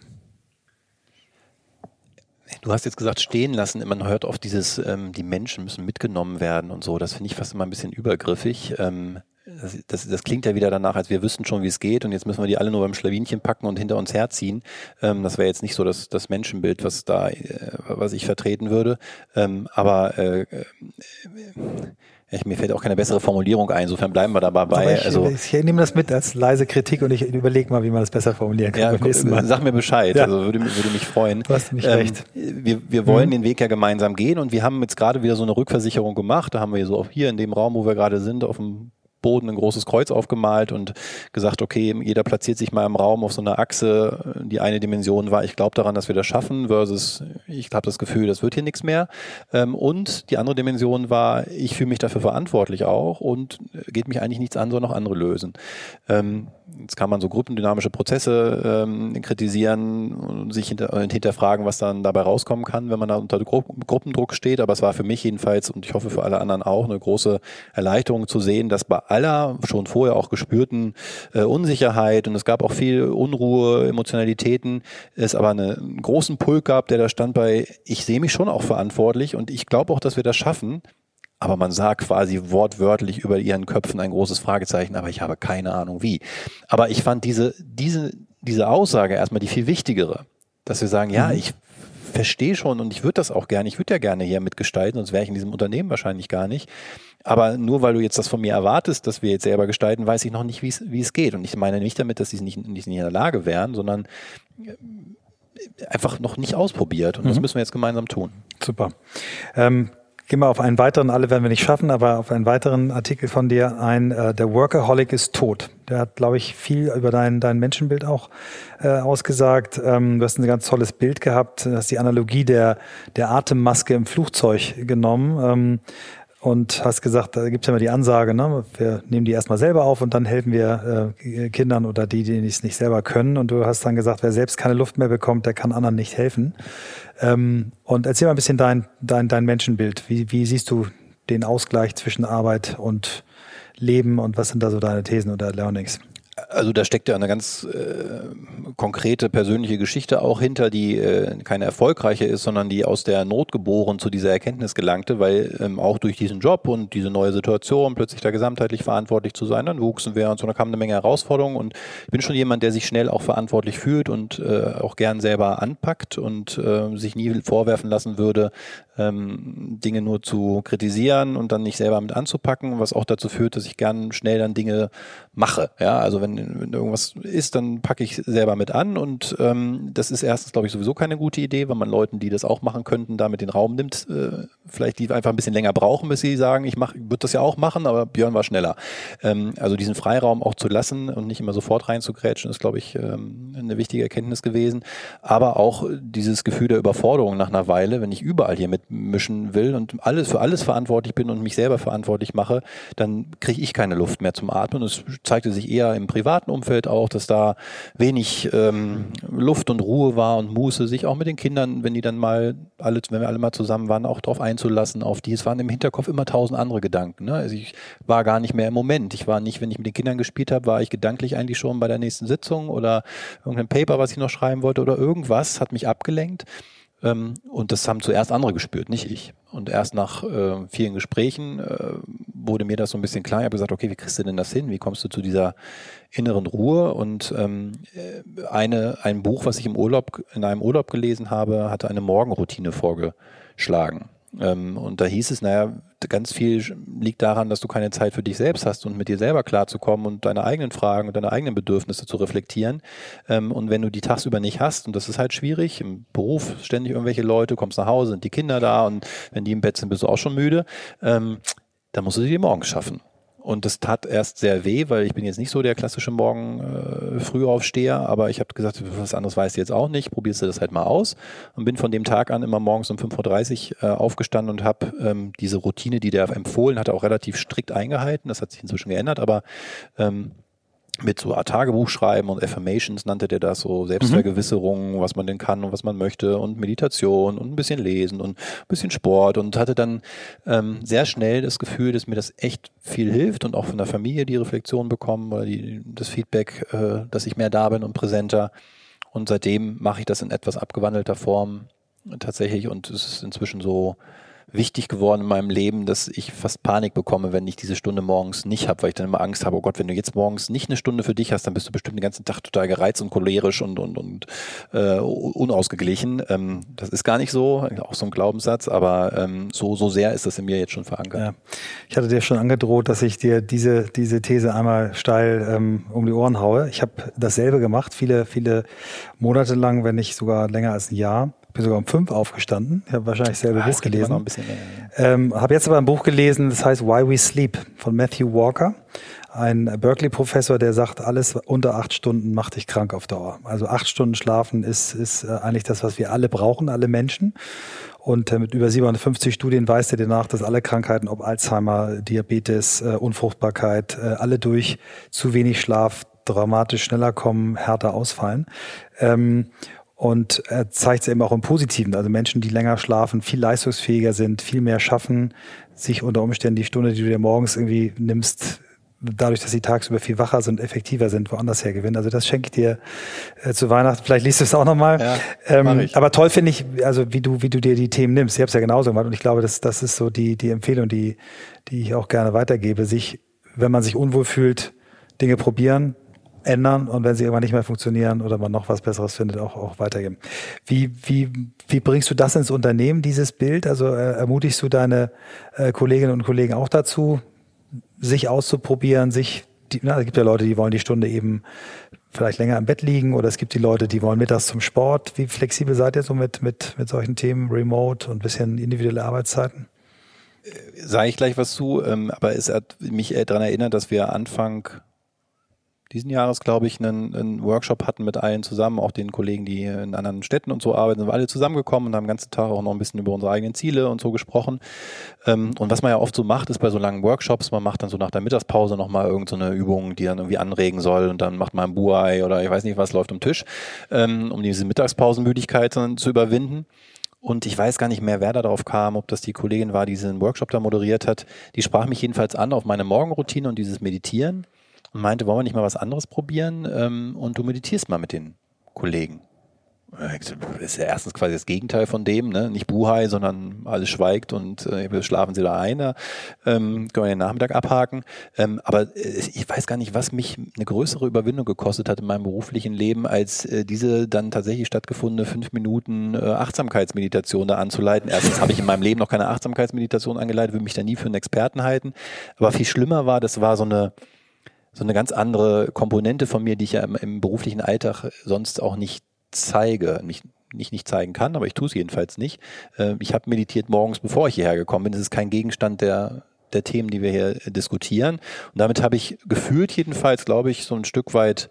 Du hast jetzt gesagt, stehen lassen. Man hört oft dieses, ähm, die Menschen müssen mitgenommen werden und so. Das finde ich fast immer ein bisschen übergriffig. Ähm, Das, das, das klingt ja wieder danach, als wir wüssten schon, wie es geht und jetzt müssen wir die alle nur beim Schlawinchen packen und hinter uns herziehen. Ähm, das wäre jetzt nicht so das, das Menschenbild, was da, äh, was ich vertreten würde. Ähm, aber äh, äh, mir fällt auch keine bessere Formulierung ein, insofern bleiben wir dabei. Ich, also, ich nehme das mit als leise Kritik und ich überlege mal, wie man das besser formulieren kann. Ja, beim nächsten Mal. Sag mir Bescheid, ja. Also würde, würde mich freuen. Du hast mich ähm, recht. Wir, wir wollen mhm. den Weg ja gemeinsam gehen und wir haben jetzt gerade wieder so eine Rückversicherung gemacht. Da haben wir so auch hier in dem Raum, wo wir gerade sind, auf dem Boden ein großes Kreuz aufgemalt und gesagt, okay, jeder platziert sich mal im Raum auf so einer Achse. Die eine Dimension war, ich glaube daran, dass wir das schaffen, versus ich habe das Gefühl, das wird hier nichts mehr. Und die andere Dimension war, ich fühle mich dafür verantwortlich auch und geht mich eigentlich nichts an, sondern noch andere lösen. Jetzt kann man so gruppendynamische Prozesse ähm, kritisieren und sich hinter, und hinterfragen, was dann dabei rauskommen kann, wenn man da unter Gru- Gruppendruck steht. Aber es war für mich jedenfalls und ich hoffe für alle anderen auch eine große Erleichterung zu sehen, dass bei aller schon vorher auch gespürten äh, Unsicherheit und es gab auch viel Unruhe, Emotionalitäten, es aber eine, einen großen Pulk gab, der da stand bei, ich sehe mich schon auch verantwortlich und ich glaube auch, dass wir das schaffen. Aber man sah quasi wortwörtlich über ihren Köpfen ein großes Fragezeichen, aber ich habe keine Ahnung wie. Aber ich fand diese, diese, diese Aussage erstmal die viel wichtigere, dass wir sagen, ja, ich verstehe schon und ich würde das auch gerne, ich würde ja gerne hier mitgestalten, sonst wäre ich in diesem Unternehmen wahrscheinlich gar nicht. Aber nur weil du jetzt das von mir erwartest, dass wir jetzt selber gestalten, weiß ich noch nicht, wie es, wie es geht. Und ich meine nicht damit, dass sie nicht, nicht in der Lage wären, sondern einfach noch nicht ausprobiert. Und mhm. das müssen wir jetzt gemeinsam tun. Super. Ähm, Gehen wir auf einen weiteren, alle werden wir nicht schaffen, aber auf einen weiteren Artikel von dir ein, äh, der Workaholic ist tot. Der hat, glaube ich, viel über dein, dein Menschenbild auch äh, ausgesagt. Ähm, du hast ein ganz tolles Bild gehabt, du hast die Analogie der, der Atemmaske im Flugzeug genommen ähm, und hast gesagt, da gibt es ja immer die Ansage, ne? Wir nehmen die erstmal selber auf und dann helfen wir äh, Kindern oder die, die es nicht selber können. Und du hast dann gesagt, wer selbst keine Luft mehr bekommt, der kann anderen nicht helfen. Ähm, und erzähl mal ein bisschen dein, dein, dein Menschenbild. Wie, wie siehst du den Ausgleich zwischen Arbeit und Leben und was sind da so deine Thesen oder Learnings? Also da steckt ja eine ganz äh, konkrete persönliche Geschichte auch hinter, die äh, keine erfolgreiche ist, sondern die aus der Not geboren zu dieser Erkenntnis gelangte, weil ähm, auch durch diesen Job und diese neue Situation plötzlich da gesamtheitlich verantwortlich zu sein, dann wuchsen wir und so, da kam eine Menge Herausforderungen und ich bin schon jemand, der sich schnell auch verantwortlich fühlt und äh, auch gern selber anpackt und äh, sich nie vorwerfen lassen würde, ähm, Dinge nur zu kritisieren und dann nicht selber mit anzupacken, was auch dazu führt, dass ich gern schnell dann Dinge mache. Ja, also wenn, wenn irgendwas ist, dann packe ich selber mit an und ähm, das ist erstens, glaube ich, sowieso keine gute Idee, weil man Leuten, die das auch machen könnten, damit den Raum nimmt, äh, vielleicht die einfach ein bisschen länger brauchen, bis sie sagen, ich mach, würde das ja auch machen, aber Björn war schneller. Ähm, also diesen Freiraum auch zu lassen und nicht immer sofort reinzugrätschen, ist, glaube ich, ähm, eine wichtige Erkenntnis gewesen. Aber auch dieses Gefühl der Überforderung nach einer Weile, wenn ich überall hier mitmischen will und alles für alles verantwortlich bin und mich selber verantwortlich mache, dann kriege ich keine Luft mehr zum Atmen. Und es zeigte sich eher im privaten Umfeld auch, dass da wenig ähm, Luft und Ruhe war und Muße, sich auch mit den Kindern, wenn die dann mal alle, wenn wir alle mal zusammen waren, auch drauf einzulassen, auf die. Es waren im Hinterkopf immer tausend andere Gedanken. Ne? Also ich war gar nicht mehr im Moment. Ich war nicht, wenn ich mit den Kindern gespielt habe, war ich gedanklich eigentlich schon bei der nächsten Sitzung oder irgendein Paper, was ich noch schreiben wollte oder irgendwas hat mich abgelenkt. Und das haben zuerst andere gespürt, nicht ich. Und erst nach äh, vielen Gesprächen äh, wurde mir das so ein bisschen klar. Ich habe gesagt, okay, wie kriegst du denn das hin? Wie kommst du zu dieser inneren Ruhe? Und ähm, eine, ein Buch, was ich im Urlaub, in einem Urlaub gelesen habe, hatte eine Morgenroutine vorgeschlagen. Ähm, und da hieß es, naja, ganz viel liegt daran, dass du keine Zeit für dich selbst hast und mit dir selber klarzukommen und deine eigenen Fragen und deine eigenen Bedürfnisse zu reflektieren. Ähm, und wenn du die tagsüber nicht hast, und das ist halt schwierig, im Beruf ständig irgendwelche Leute, kommst nach Hause, sind die Kinder da und wenn die im Bett sind, bist du auch schon müde, ähm, dann musst du sie dir morgens schaffen. Und das tat erst sehr weh, weil ich bin jetzt nicht so der klassische Morgen äh, Frühaufsteher, aber ich habe gesagt, was anderes weißt du jetzt auch nicht, probierst du das halt mal aus und bin von dem Tag an immer morgens um fünf Uhr dreißig äh, aufgestanden und habe ähm, diese Routine, die der empfohlen hatte, auch relativ strikt eingehalten. Das hat sich inzwischen geändert, aber ähm, mit so Tagebuch schreiben und Affirmations nannte der das, so Selbstvergewisserungen, was man denn kann und was man möchte und Meditation und ein bisschen Lesen und ein bisschen Sport und hatte dann ähm, sehr schnell das Gefühl, dass mir das echt viel hilft und auch von der Familie die Reflexion bekommen oder die, das Feedback, äh, dass ich mehr da bin und präsenter und seitdem mache ich das in etwas abgewandelter Form tatsächlich und es ist inzwischen so wichtig geworden in meinem Leben, dass ich fast Panik bekomme, wenn ich diese Stunde morgens nicht habe, weil ich dann immer Angst habe, oh Gott, wenn du jetzt morgens nicht eine Stunde für dich hast, dann bist du bestimmt den ganzen Tag total gereizt und cholerisch und und und äh, unausgeglichen. Ähm, das ist gar nicht so, auch so ein Glaubenssatz, aber ähm, so so sehr ist das in mir jetzt schon verankert. Ja. Ich hatte dir schon angedroht, dass ich dir diese diese These einmal steil ähm, um die Ohren haue. Ich habe dasselbe gemacht, viele viele Monate lang, wenn nicht sogar länger als ein Jahr. Ich bin sogar um fünf aufgestanden. Ich habe wahrscheinlich selber ah, Buch gelesen. Noch ein bisschen länger, ja. ähm, habe jetzt aber ein Buch gelesen, das heißt Why We Sleep von Matthew Walker. Ein Berkeley-Professor, der sagt, alles unter acht Stunden macht dich krank auf Dauer. Also acht Stunden schlafen ist, ist eigentlich das, was wir alle brauchen, alle Menschen. Und mit über siebenhundertfünfzig Studien weist er dir nach, dass alle Krankheiten, ob Alzheimer, Diabetes, Unfruchtbarkeit, alle durch zu wenig Schlaf dramatisch schneller kommen, härter ausfallen. Ähm, Und er zeigt es eben auch im Positiven. Also Menschen, die länger schlafen, viel leistungsfähiger sind, viel mehr schaffen, sich unter Umständen die Stunde, die du dir morgens irgendwie nimmst, dadurch, dass sie tagsüber viel wacher sind, effektiver sind, woanders her gewinnen. Also das schenke ich dir äh, zu Weihnachten. Vielleicht liest du es auch nochmal. Ja, ähm, aber toll finde ich, also wie du, wie du dir die Themen nimmst. Ich habe es ja genauso gemacht und ich glaube, das, das ist so die, die Empfehlung, die, die ich auch gerne weitergebe. Sich, wenn man sich unwohl fühlt, Dinge probieren, ändern und wenn sie irgendwann nicht mehr funktionieren oder man noch was Besseres findet, auch, auch weitergeben. Wie, wie, wie bringst du das ins Unternehmen, dieses Bild? Also äh, ermutigst du deine äh, Kolleginnen und Kollegen auch dazu, sich auszuprobieren, sich, die, na, es gibt ja Leute, die wollen die Stunde eben vielleicht länger im Bett liegen oder es gibt die Leute, die wollen mittags zum Sport. Wie flexibel seid ihr so mit, mit, mit solchen Themen, Remote und ein bisschen individuelle Arbeitszeiten? Sage ich gleich was zu, ähm, aber es hat mich daran erinnert, dass wir Anfang diesen Jahres, glaube ich, einen, einen Workshop hatten mit allen zusammen, auch den Kollegen, die in anderen Städten und so arbeiten, sind wir alle zusammengekommen und haben den ganzen Tag auch noch ein bisschen über unsere eigenen Ziele und so gesprochen. Und was man ja oft so macht, ist bei so langen Workshops, man macht dann so nach der Mittagspause nochmal irgendeine so Übung, die dann irgendwie anregen soll und dann macht man ein Buai oder ich weiß nicht was, läuft am Tisch, um diese Mittagspausenmüdigkeit zu überwinden. Und ich weiß gar nicht mehr, wer da drauf kam, ob das die Kollegin war, die diesen Workshop da moderiert hat. Die sprach mich jedenfalls an auf meine Morgenroutine und dieses Meditieren. Und meinte, wollen wir nicht mal was anderes probieren? Ähm, und du meditierst mal mit den Kollegen. Das ist ja erstens quasi das Gegenteil von dem, ne? Nicht Buhai, sondern alles schweigt und äh, schlafen sie da ein. Ähm, können wir den Nachmittag abhaken. Ähm, aber äh, ich weiß gar nicht, was mich eine größere Überwindung gekostet hat in meinem beruflichen Leben, als äh, diese dann tatsächlich stattgefundene fünf Minuten äh, Achtsamkeitsmeditation da anzuleiten. Erstens habe ich in meinem Leben noch keine Achtsamkeitsmeditation angeleitet, würde mich da nie für einen Experten halten. Aber viel schlimmer war, das war so eine so eine ganz andere Komponente von mir, die ich ja im, im beruflichen Alltag sonst auch nicht zeige, nicht nicht nicht zeigen kann, aber ich tue es jedenfalls nicht. Äh, ich habe meditiert morgens, bevor ich hierher gekommen bin. Das ist kein Gegenstand der der Themen, die wir hier diskutieren. Und damit habe ich gefühlt jedenfalls, glaube ich, so ein Stück weit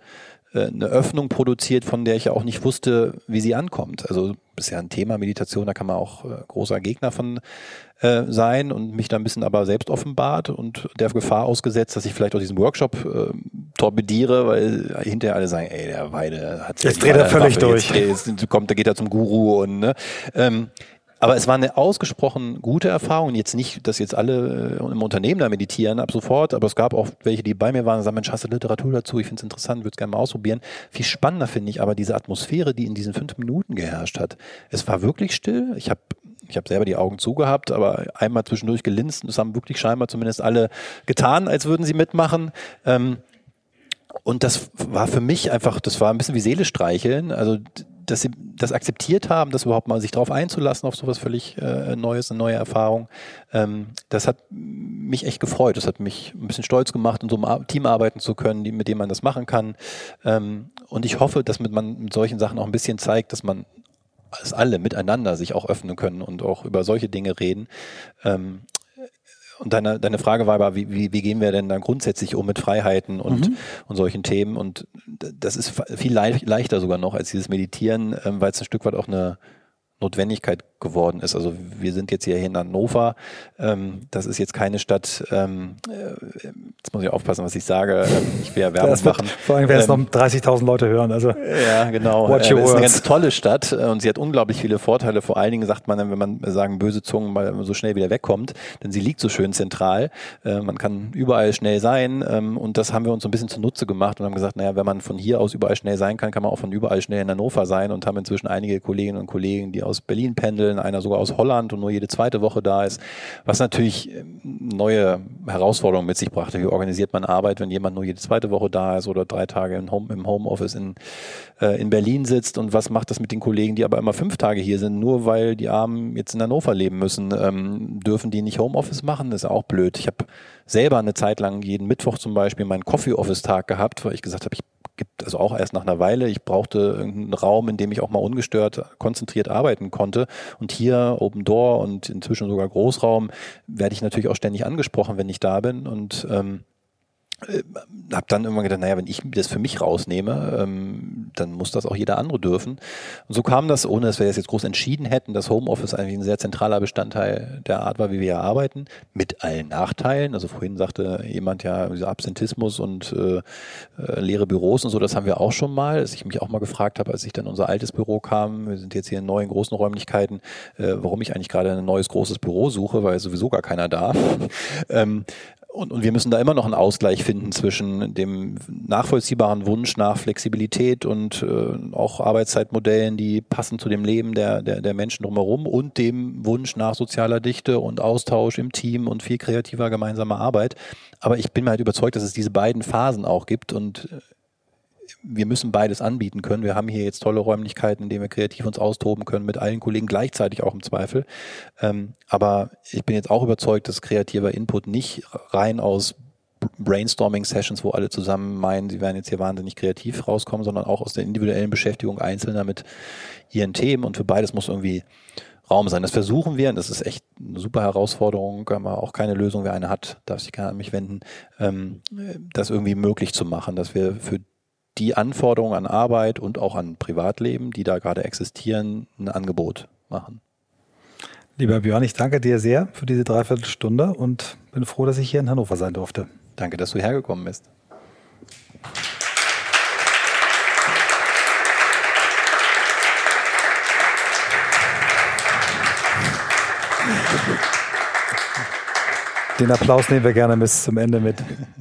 äh, eine Öffnung produziert, von der ich ja auch nicht wusste, wie sie ankommt. Also das ist ja ein Thema Meditation, da kann man auch äh, großer Gegner von äh, sein und mich da ein bisschen aber selbst offenbart und der Gefahr ausgesetzt, dass ich vielleicht auch diesen Workshop äh, torpediere, weil hinterher alle sagen, ey, der Weide hat jetzt dreht er völlig Waffe, durch. Jetzt, jetzt kommt, da geht er zum Guru und ne. Ähm, aber es war eine ausgesprochen gute Erfahrung. Jetzt nicht, dass jetzt alle äh, im Unternehmen da meditieren ab sofort, aber es gab auch welche, die bei mir waren und sagen, Mensch, hast du Literatur dazu? Ich finde es interessant, würde es gerne mal ausprobieren. Viel spannender finde ich aber diese Atmosphäre, die in diesen fünf Minuten geherrscht hat. Es war wirklich still. Ich habe ich hab selber die Augen zugehabt, aber einmal zwischendurch gelinst. Das haben wirklich scheinbar zumindest alle getan, als würden sie mitmachen. Ähm, und das war für mich einfach, das war ein bisschen wie Seele streicheln. Also dass sie das akzeptiert haben, das überhaupt mal sich drauf einzulassen, auf sowas völlig äh, Neues, eine neue Erfahrung. Ähm, das hat mich echt gefreut. Das hat mich ein bisschen stolz gemacht, in so einem Team arbeiten zu können, die, mit dem man das machen kann. Ähm, und ich hoffe, dass mit man mit solchen Sachen auch ein bisschen zeigt, dass man dass alle miteinander sich auch öffnen können und auch über solche Dinge reden. Ähm, Und deine, deine Frage war aber, wie, wie, wie gehen wir denn dann grundsätzlich um mit Freiheiten und, mhm. und solchen Themen? Und das ist viel leicht, leichter sogar noch als dieses Meditieren, ähm, weil es ein Stück weit auch eine Notwendigkeit geworden ist. Also wir sind jetzt hier in Hannover. Ähm, das ist jetzt keine Stadt, ähm, äh, jetzt muss ich aufpassen, was ich sage. Ähm, ich will ja Werbung das wird, machen. Vor allem, wenn es ähm, noch dreißigtausend Leute hören. Also ja, genau. Watch Äh, your das ist eine words. ganz tolle Stadt und sie hat unglaublich viele Vorteile. Vor allen Dingen sagt man, wenn man sagen böse Zungen mal so schnell wieder wegkommt, denn sie liegt so schön zentral. Äh, man kann überall schnell sein ähm, und das haben wir uns so ein bisschen zunutze gemacht und haben gesagt, naja, wenn man von hier aus überall schnell sein kann, kann man auch von überall schnell in Hannover sein und haben inzwischen einige Kolleginnen und Kollegen, die aus Berlin pendeln, einer sogar aus Holland und nur jede zweite Woche da ist, was natürlich neue Herausforderungen mit sich brachte. Wie organisiert man Arbeit, wenn jemand nur jede zweite Woche da ist oder drei Tage im, Home, im Homeoffice in, äh, in Berlin sitzt und was macht das mit den Kollegen, die aber immer fünf Tage hier sind, nur weil die Armen jetzt in Hannover leben müssen, ähm, dürfen die nicht Homeoffice machen? Das ist auch blöd. Ich habe selber eine Zeit lang jeden Mittwoch zum Beispiel meinen Coffee-Office-Tag gehabt, weil ich gesagt habe, ich gibt also auch erst nach einer Weile. Ich brauchte irgendeinen Raum, in dem ich auch mal ungestört, konzentriert arbeiten konnte. Und hier Open Door und inzwischen sogar Großraum werde ich natürlich auch ständig angesprochen, wenn ich da bin. Und ähm, habe dann irgendwann gedacht, naja, wenn ich das für mich rausnehme, ähm, dann muss das auch jeder andere dürfen. Und so kam das, ohne dass wir das jetzt groß entschieden hätten, dass Homeoffice eigentlich ein sehr zentraler Bestandteil der Art war, wie wir hier arbeiten, mit allen Nachteilen. Also vorhin sagte jemand ja, dieser Absentismus und äh, äh, leere Büros und so, das haben wir auch schon mal. Dass ich mich auch mal gefragt habe, als ich dann in unser altes Büro kam, wir sind jetzt hier in neuen großen Räumlichkeiten, äh, warum ich eigentlich gerade ein neues großes Büro suche, weil sowieso gar keiner da. ähm, Und, und wir müssen da immer noch einen Ausgleich finden zwischen dem nachvollziehbaren Wunsch nach Flexibilität und äh, auch Arbeitszeitmodellen, die passen zu dem Leben der, der, der Menschen drumherum und dem Wunsch nach sozialer Dichte und Austausch im Team und viel kreativer gemeinsamer Arbeit. Aber ich bin mir halt überzeugt, dass es diese beiden Phasen auch gibt und wir müssen beides anbieten können. Wir haben hier jetzt tolle Räumlichkeiten, in denen wir kreativ uns austoben können, mit allen Kollegen gleichzeitig auch im Zweifel. Ähm, aber ich bin jetzt auch überzeugt, dass kreativer Input nicht rein aus Brainstorming-Sessions, wo alle zusammen meinen, sie werden jetzt hier wahnsinnig kreativ rauskommen, sondern auch aus der individuellen Beschäftigung Einzelner mit ihren Themen. Und für beides muss irgendwie Raum sein. Das versuchen wir und das ist echt eine super Herausforderung, aber auch keine Lösung, wer eine hat, darf sich gerne an mich wenden, ähm, das irgendwie möglich zu machen, dass wir für die Anforderungen an Arbeit und auch an Privatleben, die da gerade existieren, ein Angebot machen. Lieber Björn, ich danke dir sehr für diese Dreiviertelstunde und bin froh, dass ich hier in Hannover sein durfte. Danke, dass du hergekommen bist. Den Applaus nehmen wir gerne bis zum Ende mit.